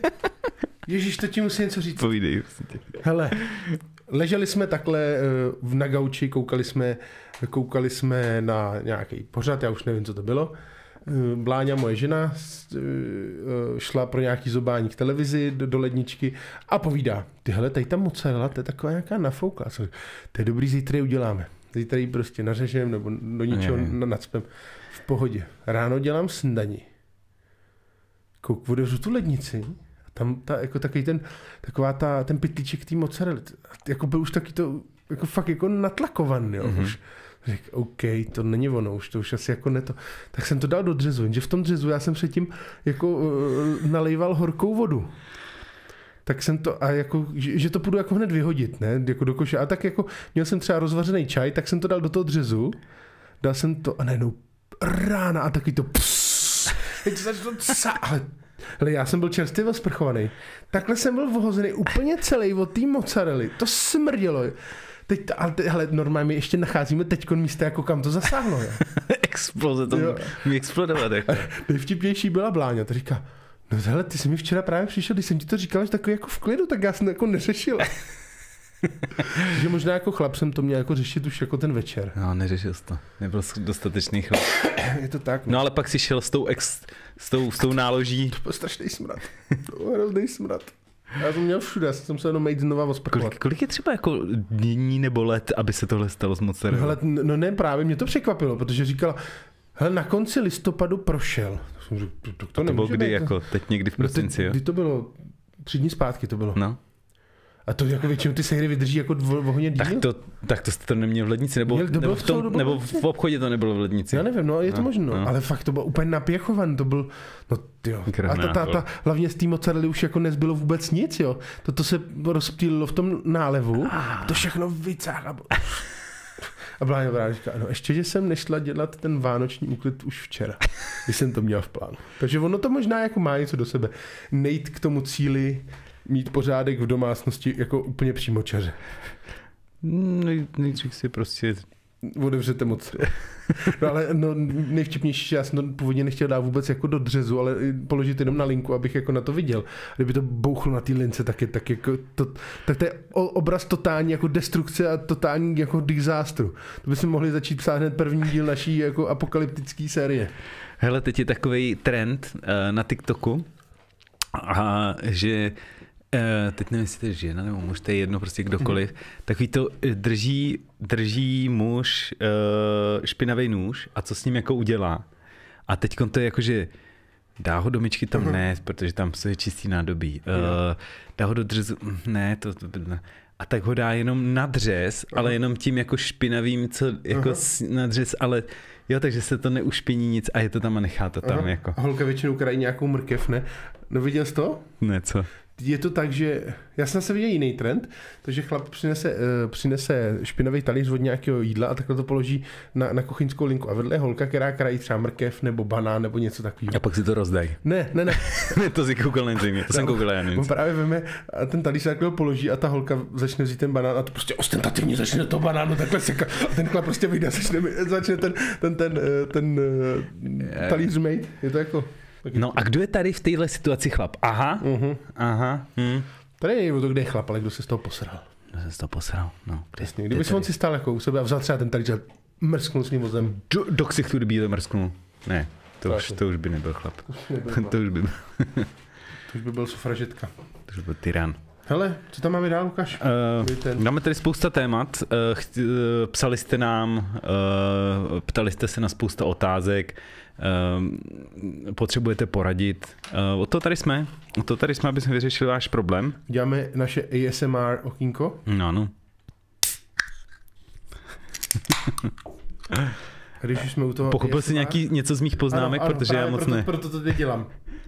Povídej. Hele, leželi jsme takhle na gauči, koukali jsme na nějaký pořad, já už nevím, co to bylo. Bláňa, moje žena, šla pro nějaký zobání k televizi do ledničky a povídá, tyhle, tady ta mozzarella, to je taková nějaká nafouka. To je dobrý, zítra ji uděláme. Zítra ji prostě nařežem nebo do ničeho nacpem. V pohodě. Ráno dělám snídani. Otevřu tu lednici a tam jako ten pytlíček té mozzarella, jako byl už taky to, jako fakt jako natlakovaný, jo. Už řekl, OK, to není ono, to už asi jako ne to. Tak jsem to dal do dřezu, jenže v tom dřezu já jsem předtím jako nalejval horkou vodu. Tak jsem to, a jako, že to půjdu jako hned vyhodit, ne, jako do koše. A tak jako, měl jsem třeba rozvařený čaj, tak jsem to dal do toho dřezu, dal jsem to a najednou rána a taky to ale já jsem byl čerstvě osprchovaný. Takhle jsem byl vohozený úplně celý od té mozzarelly. To smrdělo. Ale normálně my ještě nacházíme teďkon místa, jako kam to zasáhlo. Exploze, to mi explodovat. Jako. Nejvtipnější byla Bláňa, to říká, no hele, ty jsi mi včera právě přišel, když jsem ti to říkal, že takový jako v klidu, tak já jsem to jako neřešil. Že možná jako chlap jsem to měl jako řešit už jako ten večer. No, neřešil jsi to. Nebyl dostatečný chlap. Je to tak. No ale pak si šel s tou náloží. To byl strašný smrad. To byl hrozný smrad. Já jsem měl všude, já jsem se jenom mít znova osprchovat. Kolik je třeba jako dní nebo let, aby se tohle stalo s mozzarellou? No ne, právě mě to překvapilo, protože říkala, hele, na konci listopadu prošel. To bylo kdy, jako teď někdy v prosinci, jo? Kdy to bylo? 3 dny zpátky to bylo. No. A to jako většinou ty sehry vydrží jako hodně díl? Tak to jste to neměl v lednici, nebo v obchodě to nebylo v lednici. Já nevím, no je to možno, ale fakt to bylo úplně napěchovaný, to byl, no tyjo. A hlavně z té mozzarelly už jako nezbylo vůbec nic, jo. Toto se rozptýlilo v tom nálevu, to všechno vycáhlo. A Bláňa právě říká, no ještě, že jsem nešla dělat ten vánoční úklid už včera, když jsem to měl v plánu. Takže ono to možná jako má něco do sebe. Nejít k tomu cíli, mít pořádek v domácnosti jako úplně přímočaře. Nejdřív si prostě... Otevřete moc. No ale nejvtipnější, že já jsem to původně nechtěl dát vůbec jako do dřezu, ale položit jenom na linku, abych jako na to viděl. Kdyby to bouchlo na té lince, tak to je obraz totální jako destrukce a totální jako disaster. To bychom mohli začít psát hned první díl naší jako apokalyptické série. Hele, teď je takovej trend na TikToku, a že teď nevím, jestli to je žena nebo muž, to je jedno, prostě kdokoliv, takový to drží muž špinavý nůž a co s ním jako udělá. A teď to je jako, že dá ho do myčky, tam ne, protože tam je čistý nádobí. Dá ho do dřezu, ne, to a tak ho dá jenom na dřez, ale jenom tím jako špinavým, co jako na dřez, ale jo, takže se to neušpiní nic a je to tam a nechá to tam jako. A holka většinou krají nějakou mrkev, ne? No viděl jsi to? Ne, co? je to tak, že já jsem se viděl jiný trend, takže chlap přinese špinavý talíř od nějakého jídla a takhle to položí na kuchyňskou linku a vedle je holka, která krají třeba mrkev nebo banán nebo něco takového. A pak si to rozdají. Ne. To si koukal nejdřív, to jsem koukal já On právě veme a ten talíř takhle položí a ta holka začne vzít ten banán a to prostě ostentativně začne to banánu takhle sekat a ten chlap prostě vyjde a začne ten talíř mít. Je to jako... No a kdo je tady v téhle situaci chlap? Aha. Tady je to, kde je chlap, ale kdo se z toho posral. No. Jasně, kdyby si on si stál jako u sebe a vzal třeba ten talíř a mrsknul s ním vozem. Do ksichtu debíle mrsknul. Ne, to už by nebyl chlap. To už by byl sufražetka. To už byl tyran. Hele, co tam máme dál, Lukáš? Máme tady spousta témat. Psali jste nám, ptali jste se na spousta otázek. Potřebujete poradit. O to tady jsme, aby jsme vyřešili váš problém. Děláme naše ASMR okýnko. No. Když už jsme u toho Pochopil ASMR, jsi něco z mých poznámek, ano, protože já moc ne. Proto to teď dělám.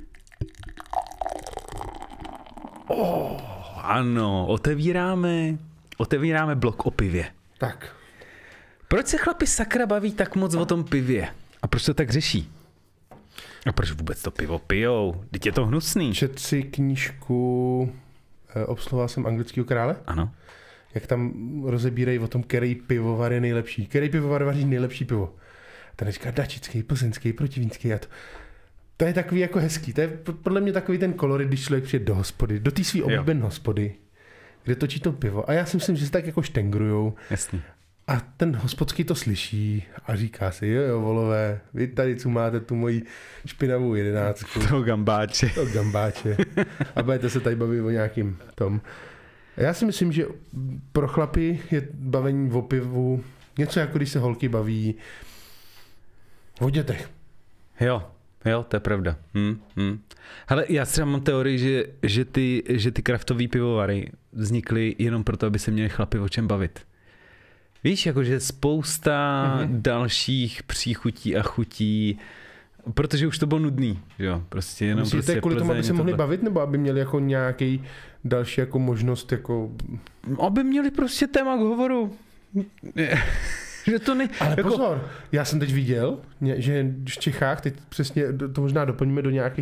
Ano, otevíráme blok o pivě. Tak. Proč se chlapi sakra baví tak moc o tom pivě? A proč to tak řeší? A proč vůbec to pivo pijou? Vždyť je to hnusný. Čet si knížku, obsluhoval jsem Anglického krále. Ano. Jak tam rozebírají o tom, který pivovar je nejlepší. Který pivovar vaří nejlepší pivo. Ten říká dačický, plzeňský, protivínský a to je takový jako hezký. To je podle mě takový ten kolorit, když člověk přijde do hospody, do té svý oblíbené hospody, kde točí to pivo. A já si myslím, že se tak jako štengrujou. Jasně. A ten hospodský to slyší a říká si, jo, volové, vy tady co máte tu moji špinavou 11. To gambáče. A budete se tady bavit o nějakým tom. A já si myslím, že pro chlapy je bavení o pivu něco jako když se holky baví o dětech. Jo, to je pravda. Hele, já třeba mám teorii, že ty kraftové pivovary vznikly jenom proto, aby se měli chlapi o čem bavit. Víš, jakože spousta dalších příchutí a chutí, protože už to bylo nudný, jo, prostě jenom myslíte, prostě kvůli tomu, aby se Plzeň, mohli bavit, nebo aby měli jako nějaký další jako možnost jako... Aby měli prostě téma k hovoru. Že to ne... Ale jako... pozor, já jsem teď viděl, že v Čechách, teď přesně to možná doplníme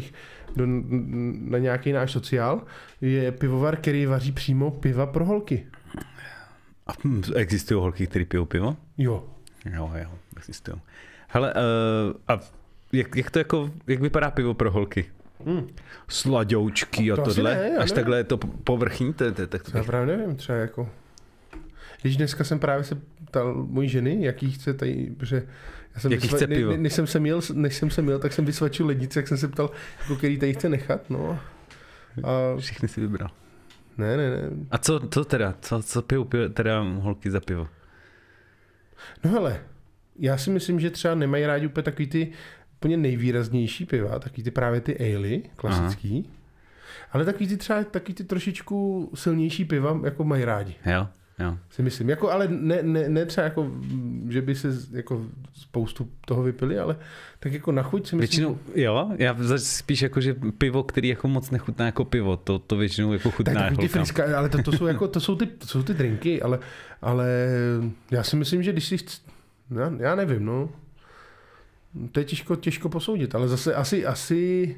na nějaký náš sociál, je pivovar, který vaří přímo piva pro holky. A existují holky, které pijou pivo? Jo, existují. Hele, a jak vypadá pivo pro holky? Slaďoučky a to tohle? Ne, až takhle je to povrchní? Tak to já právě nevím, třeba jako... Když dneska jsem právě se ptal mojí ženy, jaký chce tady, protože já jsem chce pivo? Než jsem se měl, tak jsem vysvačil lednici, jak jsem se ptal, jako který tady chce nechat, no. A... Všechny si vybral. Ne. A co teda? Co pijou teda holky za pivo? No hele, já si myslím, že třeba nemají rádi úplně takový ty úplně nejvýraznější piva, takový ty právě ty aley, klasický. Aha. Ale takový ty trošičku silnější piva, jako mají rádi. Jo. Si myslím, jako, ale ne třeba jako, že by se jako spoustu toho vypili, ale tak jako na chuť si myslím. Většinou, jo, já spíš jako, že pivo, který jako moc nechutná jako pivo, to většinou jako chutná. Tak ty friska, ale to jsou jako, to jsou ty drinky, ale já si myslím, že když si já nevím, no. To je těžko posoudit, ale zase asi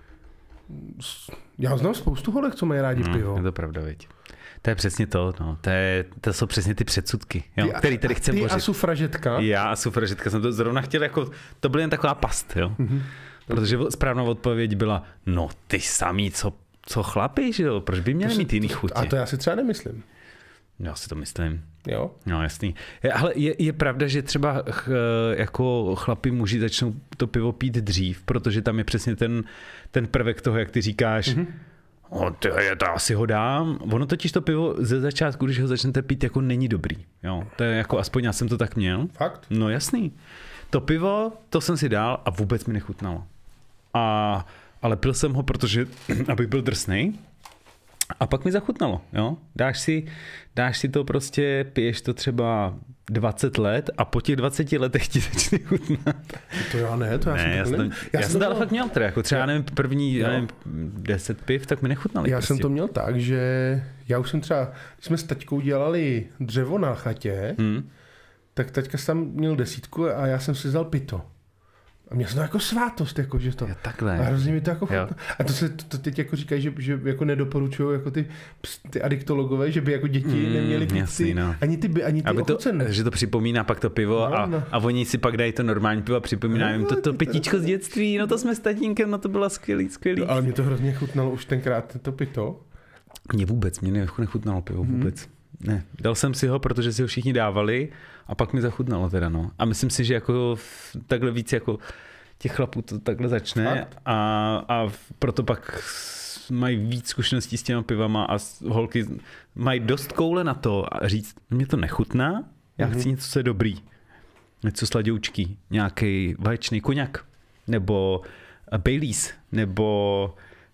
já znám spoustu holek, co mají rádi pivo. Je to pravda, viď. To je přesně to, no. To jsou přesně ty předsudky, jo, který tady chcem bořit. Ty a sufražetka. Já a sufražetka jsem to zrovna chtěl, jako, to byla jen taková past, jo. Protože správná odpověď byla, no ty samý, co chlapi, že jo, proč by měli mít jiný chutě? A to já si třeba nemyslím. Já si to myslím. Jo? No jasný. Ale je pravda, že třeba jako chlapi muži začnou to pivo pít dřív, protože tam je přesně ten prvek toho, jak ty říkáš, to asi ho dám. Ono totiž to pivo ze začátku, když ho začnete pít, jako není dobrý. Jo? To je jako, aspoň já jsem to tak měl. Fakt? No jasný. To pivo, to jsem si dal a vůbec mi nechutnalo. Ale pil jsem ho, protože, abych byl drsnej, A pak mi zachutnalo, jo. Dáš si to prostě, piješ to třeba 20 let a po těch 20 letech ti začne chutnat. To já ne, to já jsem to ale fakt měl teda, jako třeba, nevím, první 10 piv, tak mi nechutnali. Já prostě. jsem to měl tak, že já už jsem třeba, když jsme s taťkou dělali dřevo na chatě, tak taťka tam měl 10 a já jsem si vzal pito. A měl jsem to jako svátost, jako, že to. Jo, takhle. A hrozně mi to jako chutná. A to teď jako říkají, že jako nedoporučují jako ty adiktologové, že by jako děti neměly pít jasný, no. ani ty ochucené. Že to připomíná pak to pivo a oni si pak dají to normální pivo a připomínají jim to pitíčko z dětství, no to jsme s tatínkem, no to bylo skvělý. No, ale mě to hrozně chutnalo už tenkrát to pito. Mě nechutnalo pivo vůbec. Ne, dal jsem si ho, protože si ho všichni dávali a pak mi zachutnalo teda, no. A myslím si, že jako takhle víc jako těch chlapů to takhle začne a proto pak mají víc zkušeností s těma pivama a holky mají dost koule na to a říct, mě to nechutná, já chci něco, co je dobrý. Něco sladoučký, nějaký vaječný koňak, nebo Baileys, nebo...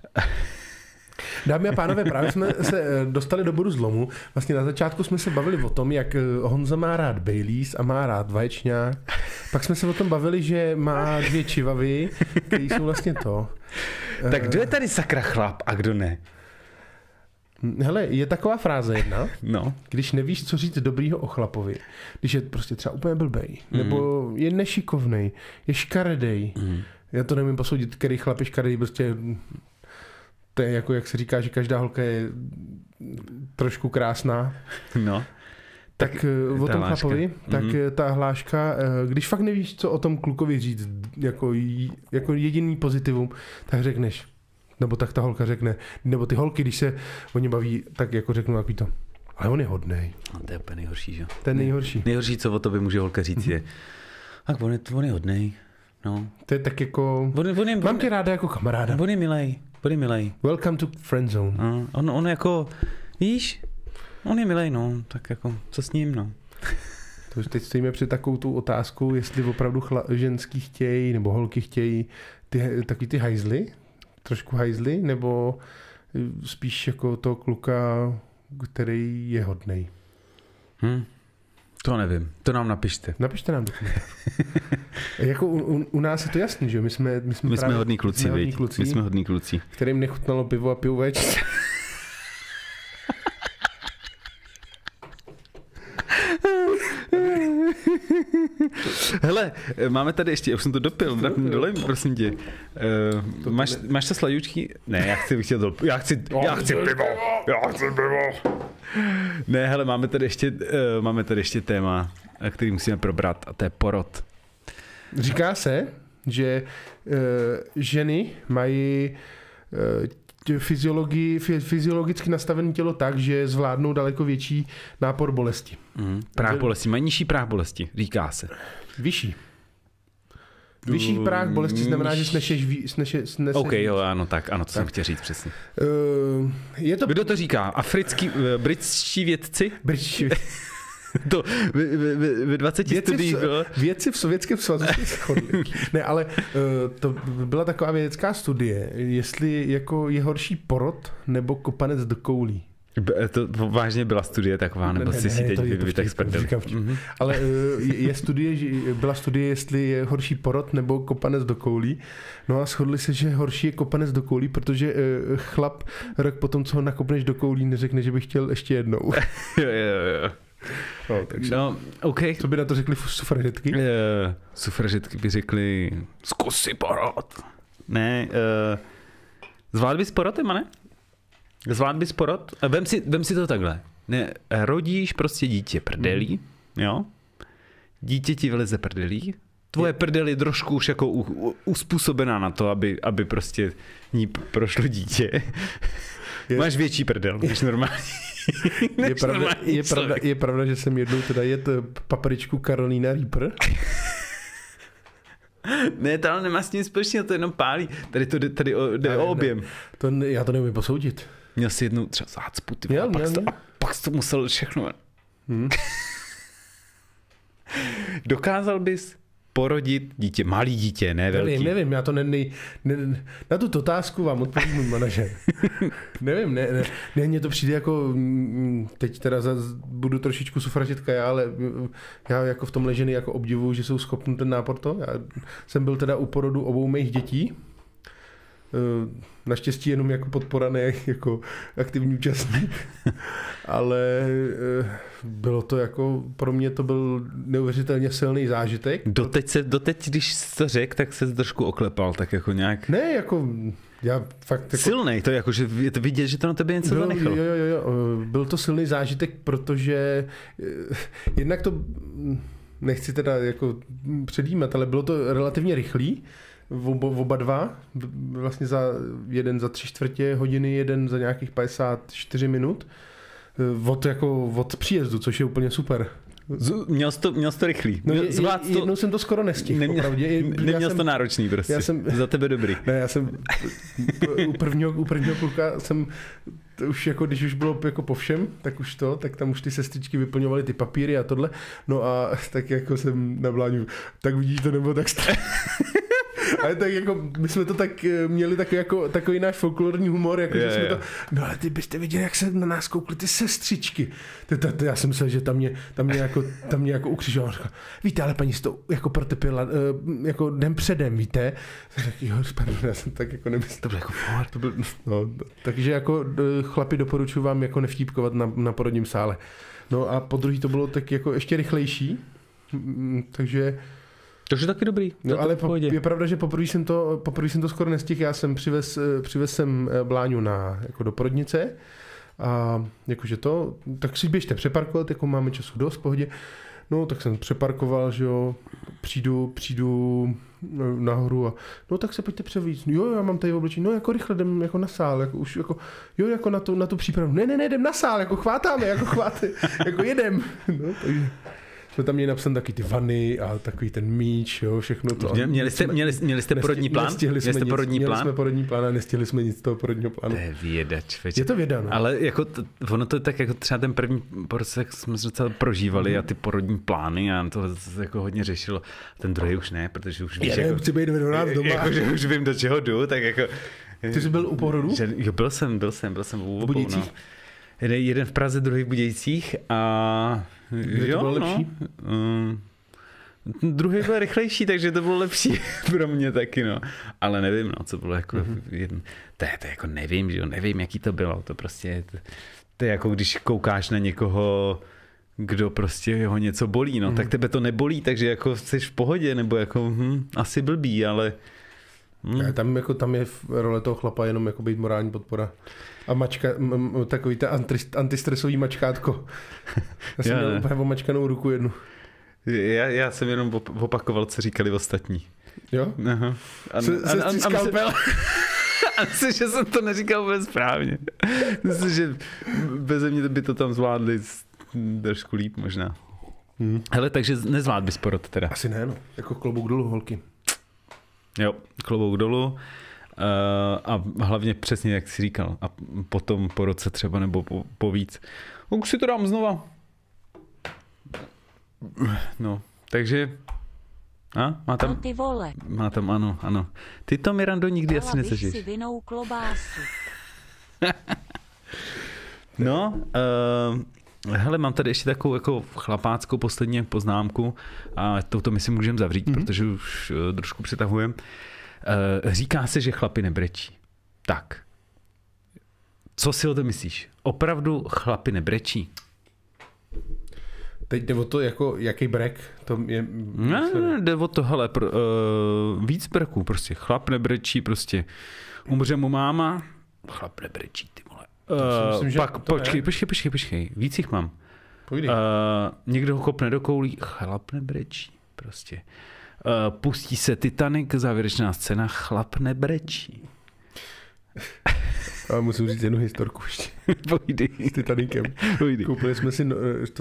Dámy a pánové, právě jsme se dostali do bodu zlomu. Vlastně na začátku jsme se bavili o tom, jak Honza má rád Baileys a má rád vaječňák. Pak jsme se o tom bavili, že má 2 čivavy, které jsou vlastně to. Tak kdo je tady sakra chlap a kdo ne? Hele, je taková fráze jedna, no. Když nevíš, co říct dobrýho o chlapovi, když je prostě třeba úplně blbej, nebo je nešikovnej, je škaredej. Já to nevím posoudit, který chlap je škaredej, prostě... To je jako, jak se říká, že každá holka je trošku krásná. No. Tak o tom chlapovi, tak ta hláška, když fakt nevíš, co o tom klukovi říct, jako jediný pozitivum, tak řekneš. Nebo tak ta holka řekne. Nebo ty holky, když se o ně baví, tak jako řeknu takový to. Ale on je hodnej. No, to je úplně nejhorší, že? To je nejhorší. Nejhorší, co o tobě může holka říct, je tak on je hodnej. No. To je tak jako... Mám tě ráda jako kamaráda. On je milej. Welcome to friend zone. On jako, víš, on je milej, no, tak jako, co s ním, no. To už teď stojíme před takovou tu otázkou, jestli opravdu ženský chtějí, nebo holky chtějí takový ty hajzly, trošku hajzly, nebo spíš jako toho kluka, který je hodnej. To nevím, to nám napište. Napište nám dokument. Jako u nás je to jasný, že my jsme hodní kluci, my jsme hodní kluci. Kterým nechutnalo pivo a pijou več. Hele, máme tady ještě, už jsem to dopil, dolej mi, prosím tě. Máš to sladučky? Ne, já chci pivo. Ne, hele, máme tady ještě téma, který musíme probrat, a to je porod. Říká se, že ženy mají fyziologicky nastavené tělo tak, že zvládnou daleko větší nápor bolesti. Práh bolesti, mají nižší práh bolesti, říká se. Vyšší. Vyšší práh bolesti znamená, že snešeš... OK, jo, ano, tak, ano, to jsem chtěl říct přesně. Kdo to říká? Britští vědci? To ve 20 studiích bylo. Vědci v Sovětském svazu se shodli. Ne, ale to byla taková vědecká studie, jestli jako je horší porod nebo kopanec do koulí. To vážně byla studie taková, nebo si teď vyvítek sprdeli. Ale byla studie, jestli je horší porod nebo kopanec do koulí. No a shodli se, že horší je kopanec do koulí, protože chlap rok potom, co ho nakopneš do koulí, neřekne, že by chtěl ještě jednou. Jo. No, takže, okay. Co by na to řekli sufražetky? Sufražetky by řekli zkus si porod. Ne, zvlád bys porod, ne? Zvlád bys porod? Vem si to takhle. Ne, rodíš prostě dítě prdelí, jo? Dítě ti vyleze prdelí. Tvoje prdel je trošku už jako uspůsobená na to, aby prostě ní prošlo dítě. Máš větší prdel než normální. Je pravda, že jsem jednou teda jet papričku Carolina Reaper. Ne, to ale nemá s tím společného, to jenom pálí. Tady jde o objem. Já to neumím posoudit. Měl jsi jednou třeba zácpu, a pak jsi to musel všechno. Dokázal bys porodit dítě, malý dítě, ne velký. Nevím, já to na tu otázku vám odpovím můj manažer. Nevím, mně to přijde jako, teď teda budu trošičku sufražitka já, ale já jako v tom ženy jako obdivuju, že jsou schopni ten nápor to. Já jsem byl teda u porodu obou mých dětí, naštěstí jenom jako podpora, ne jako aktivní účastník, ale bylo to jako, pro mě to byl neuvěřitelně silný zážitek. Doteď, když jsi to řekl, tak se trošku oklepal, tak jako nějak... Ne, jako já fakt... Jako, silnej, to jako, že je to vidět, že to na tebe něco zanechalo. Jo, byl to silný zážitek, protože jednak to, nechci teda jako předjímat, ale bylo to relativně rychlý, oba dva, vlastně jeden za 3/4 hodiny, jeden za nějakých 54 minut, od příjezdu, což je úplně super. Měl jsi to rychlý. No, jednou jsem to skoro nestihl. Neměl jsi to náročný prostě. Za tebe dobrý. Ne, já jsem u prvního kluka jsem už jako, když už bylo jako po všem, tak tam už ty sestřičky vyplňovaly ty papíry a tohle. No a tak jako jsem na Bláňu, tak vidíš to nebo tak ale tak jako, my jsme to tak měli takový náš folklorní humor, jako, že jsme to, no ale ty byste viděli, jak se na nás koukly ty sestřičky. Já jsem myslel, že tam mě jako ukřižoval. Víte, ale paní si to jako protepila jako den předem, víte? Já jsem tak jako nemyslel. To bylo jako for. Takže jako chlapi doporučuji vám jako nevtípkovat na porodním sále. No a po druhý to bylo tak jako ještě rychlejší, takže... To je taky dobrý. No, ale je pravda, že poprvé jsem to skoro nestihl. Já jsem přivez jsem Bláňu jako do porodnice a jakože tak si běžte přeparkovat, jako máme času dost v pohodě. No, tak jsem přeparkoval, že jo, přijdu nahoru a no, tak se pojďte převíct. Jo, já mám tady oblečení, no, jako rychle jdem jako na sál, jako už jako, jo, jako na tu přípravu. Ne, jdem na sál, jako chvátáme, jako jedem. No, takže... Jsme tam měli napsat taky ty vany a takový ten míč, jo, všechno to. Měli jste porodní plán? Měli jsme porodní plán a nestihli jsme nic z toho porodního plánu. To je věda, člověče. Je to věda, no. Ale jako ono to je tak, jako třeba ten první porod jsme se docela prožívali a ty porodní plány a to se jako hodně řešilo. Ten druhý už ne, protože už víš, chci být ve 12 doma. Jako, že už vím, do čeho jdu, tak jako... Ty jsi byl u porodu? Jo, byl jsem u obou, no. Jeden v Praze, druhý v Budějcích a... Kde to bylo lepší? Druhý byl rychlejší, takže to bylo lepší pro mě taky, no. Ale nevím, no, co bylo jako to jako nevím, že jo, nevím, jaký to bylo. To prostě, to je jako když koukáš na někoho, kdo prostě ho něco bolí, no, tak tebe to nebolí, takže jako jsi v pohodě, nebo jako asi blbý, ale... Tam je role toho chlapa jenom jako být morální podpora. A mačka, takový ta antistresový mačkátko. Já jsem měl úplně omačkanou ruku jednu. Já jsem jenom opakoval, co říkali ostatní. Jo? Aha. A myslím, že jsem to neříkal úplně správně. Myslím, že beze mě by to tam zvládli trošku líp možná. Hele, takže nezvlád bys porod teda. Asi ne, no. Jako klobouk dolů, holky. Jo, klobouk dolů. A hlavně přesně, jak jsi říkal. A potom po roce třeba, nebo po víc. Už si to dám znova. No, takže... Má tam... ty vole. Má tam, ano. Ty to, Mirando, nikdy asi nezažiješ. Dala bych si vinou klobásu. No, hele, mám tady ještě takovou jako chlapáckou poslední poznámku a touto my si můžeme zavřít, protože už trošku přetahujeme. Říká se, že chlapi nebrečí. Tak. Co si o tom myslíš? Opravdu chlapi nebrečí? Teď jde o to, jako, jaký brek. To je... Ne, jde o to, hele, víc breků, prostě. Chlap nebrečí, prostě. Umře mu máma, chlap nebrečí, ty vole. Myslím, pak, počkej, víc jich mám. Někdo ho kopne do koulí, chlap nebrečí, prostě. Pustí se Titanic, závěrečná scéna, chlap nebrečí. Ale musím říct jednu historku ještě. Pojdi. S Titanicem. Pojdi. Koupili jsme si,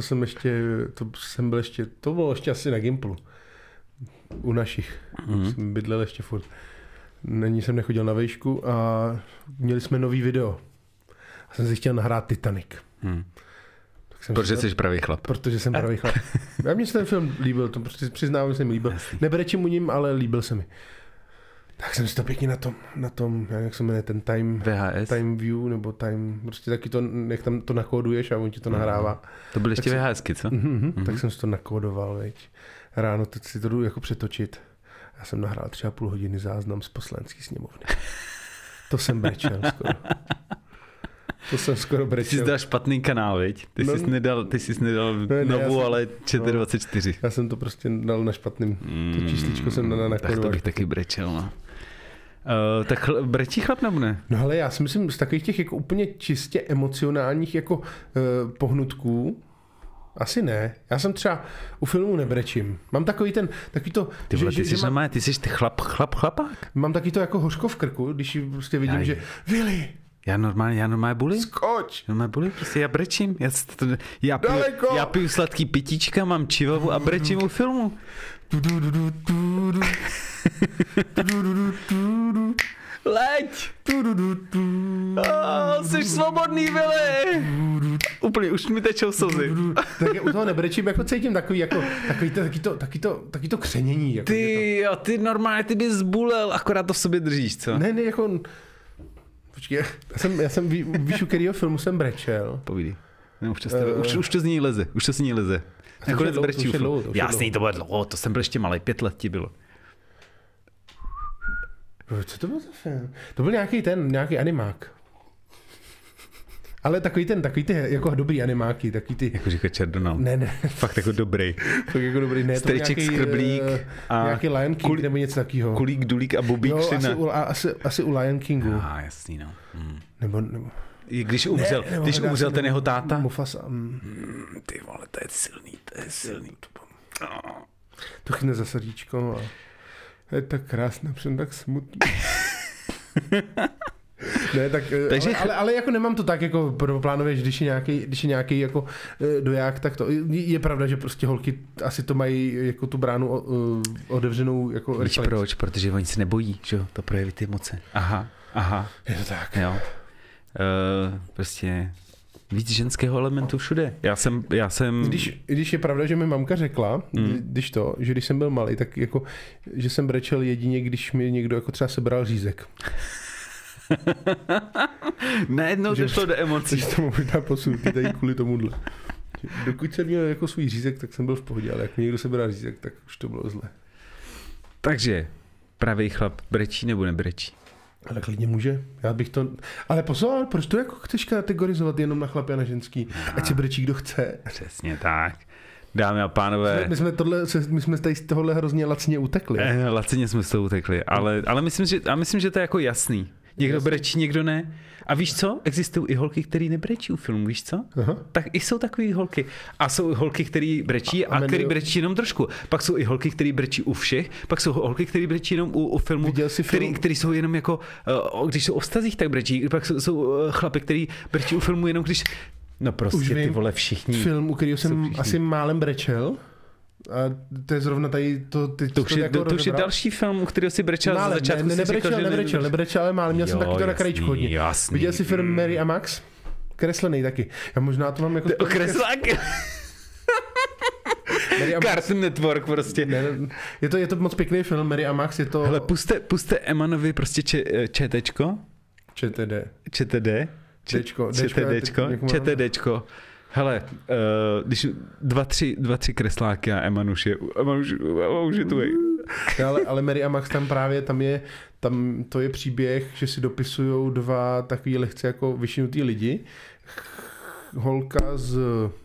to bylo ještě asi na Gimplu. U našich. Jsem bydlel ještě furt. Jsem nechodil na vejšku a měli jsme nový video. A jsem si chtěl nahrát Titanic. Tak Protože jsi pravý chlap. Protože jsem pravý chlap. A mně se ten film líbil, to prostě přiznávám, že se mi líbil. Nebrečím u ním, ale líbil se mi. Tak jsem si to pěkně na tom, jak se jmenuje, ten time view, nebo time, prostě taky to, jak tam to nakóduješ a on ti to nahrává. To byly ještě VHSky, co? Tak jsem si to nakódoval, veď. Ráno teď si to jdu jako přetočit. Já jsem nahrál 3,5 hodiny záznam z Poslanecké sněmovny. To jsem brečel skoro. To jsem skoro brečel. Ty jsi dal špatný kanál, viď? Ty jsi nedal Novu, ale ČT24. Já jsem to prostě dal na špatným. To čísličko jsem nakódoval. Tak to bych taky brečel, no. Tak brečí chlap nebo ne? No ale já si myslím, z takových těch jako úplně čistě emocionálních jako pohnutků, asi ne. Já jsem třeba u filmu nebrečím. Mám takový to... Ty vole, ty jsi ty chlapák? Mám taky to jako hořko v krku, když prostě vidím, že Vili! Já normálně bulím. Skoč! Normálně bulím, prostě já brečím. Já piju sladký pitíčka, mám čivavu a brečím u filmu. Leď! Jsi svobodný, Vili! Úplně, už mi tečou slzy. Tak u toho nebrečím, jako cítím takový to křenění. Jako ty normálně, ty bys zbulel, akorát to v sobě držíš, co? Ne, jako... Počkej, já jsem víš, u kterého filmu jsem brečel. Povídej. Už to z ní leze, Nakonec brečí. Jasný, to bylo dlouho, to jsem byl ještě malej, 5 let ti bylo. Co to byl za film? To byl nějaký animák. Ale takový ty jako dobrý animáky, takový ty... Jako říká Čerdonal. Ne. Fakt jako dobrý. Fakt jako dobrý, ne. Strejček, Skrblík a... Nějaký Lion King nebo něco takového. Kulík, Dulík a Bubík. Asi u Lion Kingu. Jasný, no. Nebo... Když umřel ten jeho táta? Mufasa. Ty vole, to je silný. To chytne za srdíčko a... Je tak krásná, přem tak smutný. Ne, tak, takže... ale jako nemám to tak jako prvoplánově, že když je nějaký jako doják, tak to je pravda, že prostě holky asi to mají jako tu bránu otevřenou jako reflex. Víš proč? Protože oni se nebojí, že to projeví ty emoce. Aha. Je to tak. Jo. Prostě víc ženského elementu všude. Já jsem... Když je pravda, že mi mamka řekla, že když jsem byl malý, tak jako, že jsem brečel jedině, když mi někdo jako třeba sebral řízek. Najednou došlo do emocí. Že to možná posunutý tady kvůli tomuhle. Dokud jsem měl jako svůj řízek, tak jsem byl v pohodě, ale jak mi někdo sebral řízek, tak už to bylo zlé. Takže pravý chlap brečí nebo nebrečí? Ale klidně může. Já bych to... Ale pozor, proč to jako chceš kategorizovat jenom na chlapy a na ženský? Ať se brečí, kdo chce. Přesně tak. Dámy a pánové. My jsme tady z tohohle hrozně lacině utekli. Lacině jsme z toho utekli, ale myslím, že to je jako jasný. Někdo brečí, někdo ne. A víš co? Existují i holky, které nebrečí u filmu, víš co? Aha. Tak i jsou takový holky. A jsou holky, které brečí a které brečí jenom trošku. Pak jsou i holky, které brečí u všech. Pak jsou holky, které brečí jenom u filmu, který jsou jenom jako, když jsou o vztazích, tak brečí. Pak jsou chlapy, který brečí u filmu jenom když... No prostě ty vole všichni. Film, u kterého jsem asi málem brečel. A to je zrovna tady to už je další film, u kterého si brečel za začátku. Nebrečel, ale málem. Měl jsem taky to na krajíčku hodně. Viděl jsi film Mary a Max? Kreslený taky. Já možná to mám jako... Kreslák? Cartoon Network prostě. Je to moc pěkný film, Mary a Max, je to... Hele, puste Emanovi prostě ČTčko. ČTDčko. Hele, když 2-3 kresláky a Eman už je tu. Ale Mary a Max tam to je příběh, že si dopisujou dva takový lehce jako vyšinutý lidi. Holka z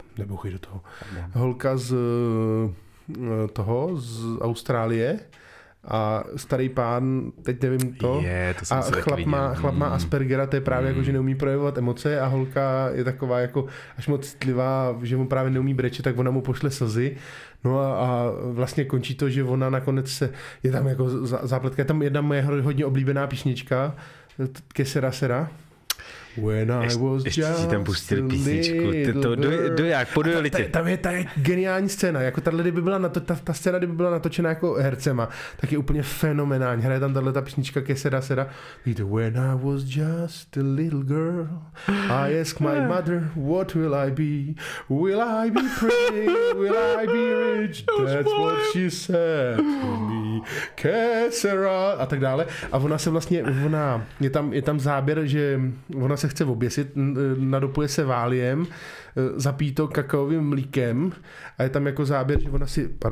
Austrálie a starý pán, teď nevím to, a chlap má Aspergera, to je právě jako, že neumí projevovat emoce a holka je taková jako až moc citlivá, že mu právě neumí brečet, tak ona mu pošle slzy. No a vlastně končí to, že ona nakonec je tam jako zápletka, je tam jedna moje hodně oblíbená písnička, Kesera Sera. When I was ještě si tam pustili just a písničku. little Do jak, podujeli tě. Tam je geniální scéna, jako tahle, kdyby byla ta scéna, kdyby byla natočena jako hercema, tak je úplně fenomenální. Hraje tam tahle ta písnička Keseda Seda. When I was just a little girl, I asked my mother, what will I be? Will I be pretty? Will I be rich? That's what she said to me. Kesera a tak dále. A ona se vlastně, je tam záběr, že ona se chce oběsit, nadopuje se váliem, zapíjí to kakaovým mlíkem a je tam jako záběr, že ona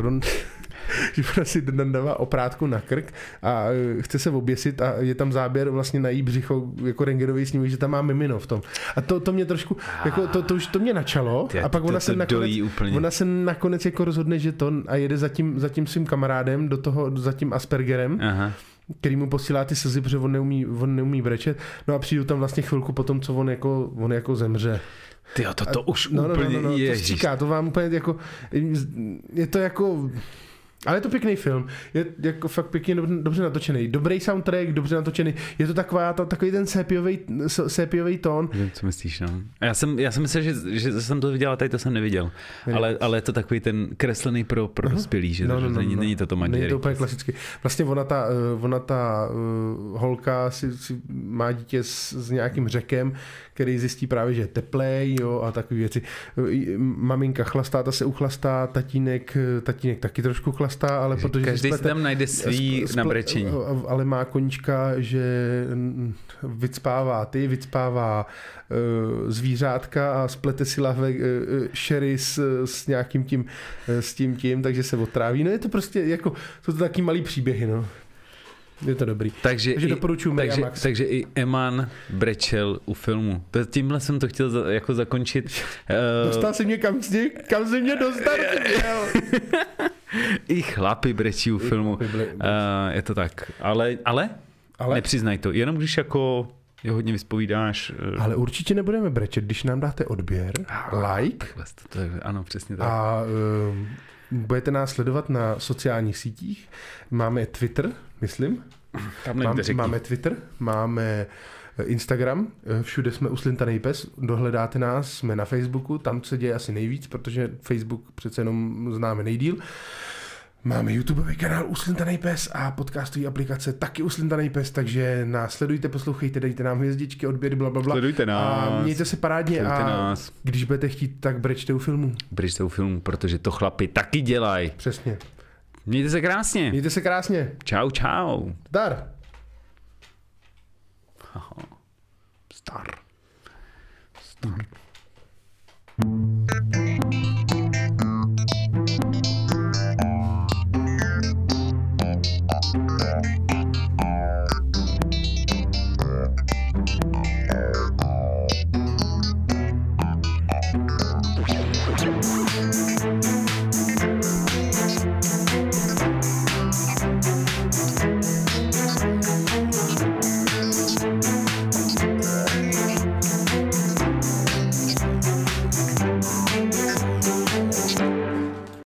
si dává oprátku na krk a chce se oběsit a je tam záběr vlastně na jí břicho jako rentgenový snímek, že tam má mimino v tom. A to mě trošku, jako to mě načalo a pak ona se nakonec jako rozhodne, že to a jede za tím svým kamarádem za tím Aspergerem. Aha. Který mu posílá ty slzy, protože on neumí brečet. No a přijdu tam vlastně chvilku potom, co on jako zemře. Tyjo, to už úplně je. To stříká, to vám úplně jako, je to jako, ale je to pěkný film, je jako fakt pěkně dobře natočený, dobrý soundtrack, dobře natočený, je to takový ten sépiový tón. Vím, co myslíš, no. Já jsem myslel, že jsem to viděl, a tady to jsem neviděl, ale je to takový ten kreslený pro dospělý, že není to Tom a Jerry. Není to úplně klasicky. Vlastně ona ta holka si má dítě s nějakým řekem, který zjistí právě, že je teplej, jo, a takové věci. Maminka chlastá, ta se uchlastá, tatínek taky trošku chlastá, ale protože každý si tam najde svý nabrečení. Ale má koníčka, že vycpává zvířátka a splete si lahve sherry s nějakým tím, takže se otráví. No je to prostě jako, jsou to taky malý příběhy, no. Je to dobrý. Takže doporučuji Mega Max. Takže i Eman brečel u filmu. Tímhle jsem to chtěl jako zakončit. Dostal jsi mě kam jsi mě dostal? I chlapi brečí u filmu. Je to tak. Ale nepřiznaj to. Jenom když jako je hodně vyspovídáš. Ale určitě nebudeme brečet, když nám dáte odběr, like. Ano, přesně tak. A budete nás sledovat na sociálních sítích. Máme Twitter, myslím. Máme Twitter, máme Instagram, všude jsme Uslintanej pes, dohledáte nás, jsme na Facebooku, tam se děje asi nejvíc, protože Facebook přece jenom známe nejdýl. Máme YouTubeový kanál Uslintanej pes a podcastový aplikace taky Uslintanej pes, takže nás sledujte, poslouchejte, dejte nám hvězdičky, odběry, blablabla. Sledujte nás. A mějte se parádně nás. Když budete chtít, tak brečte u filmu. Brečte u filmu, protože to chlapi taky dělají. Přesně. Mějte se krásně. Mějte se krásně. Čau, čau. Zdar. Star.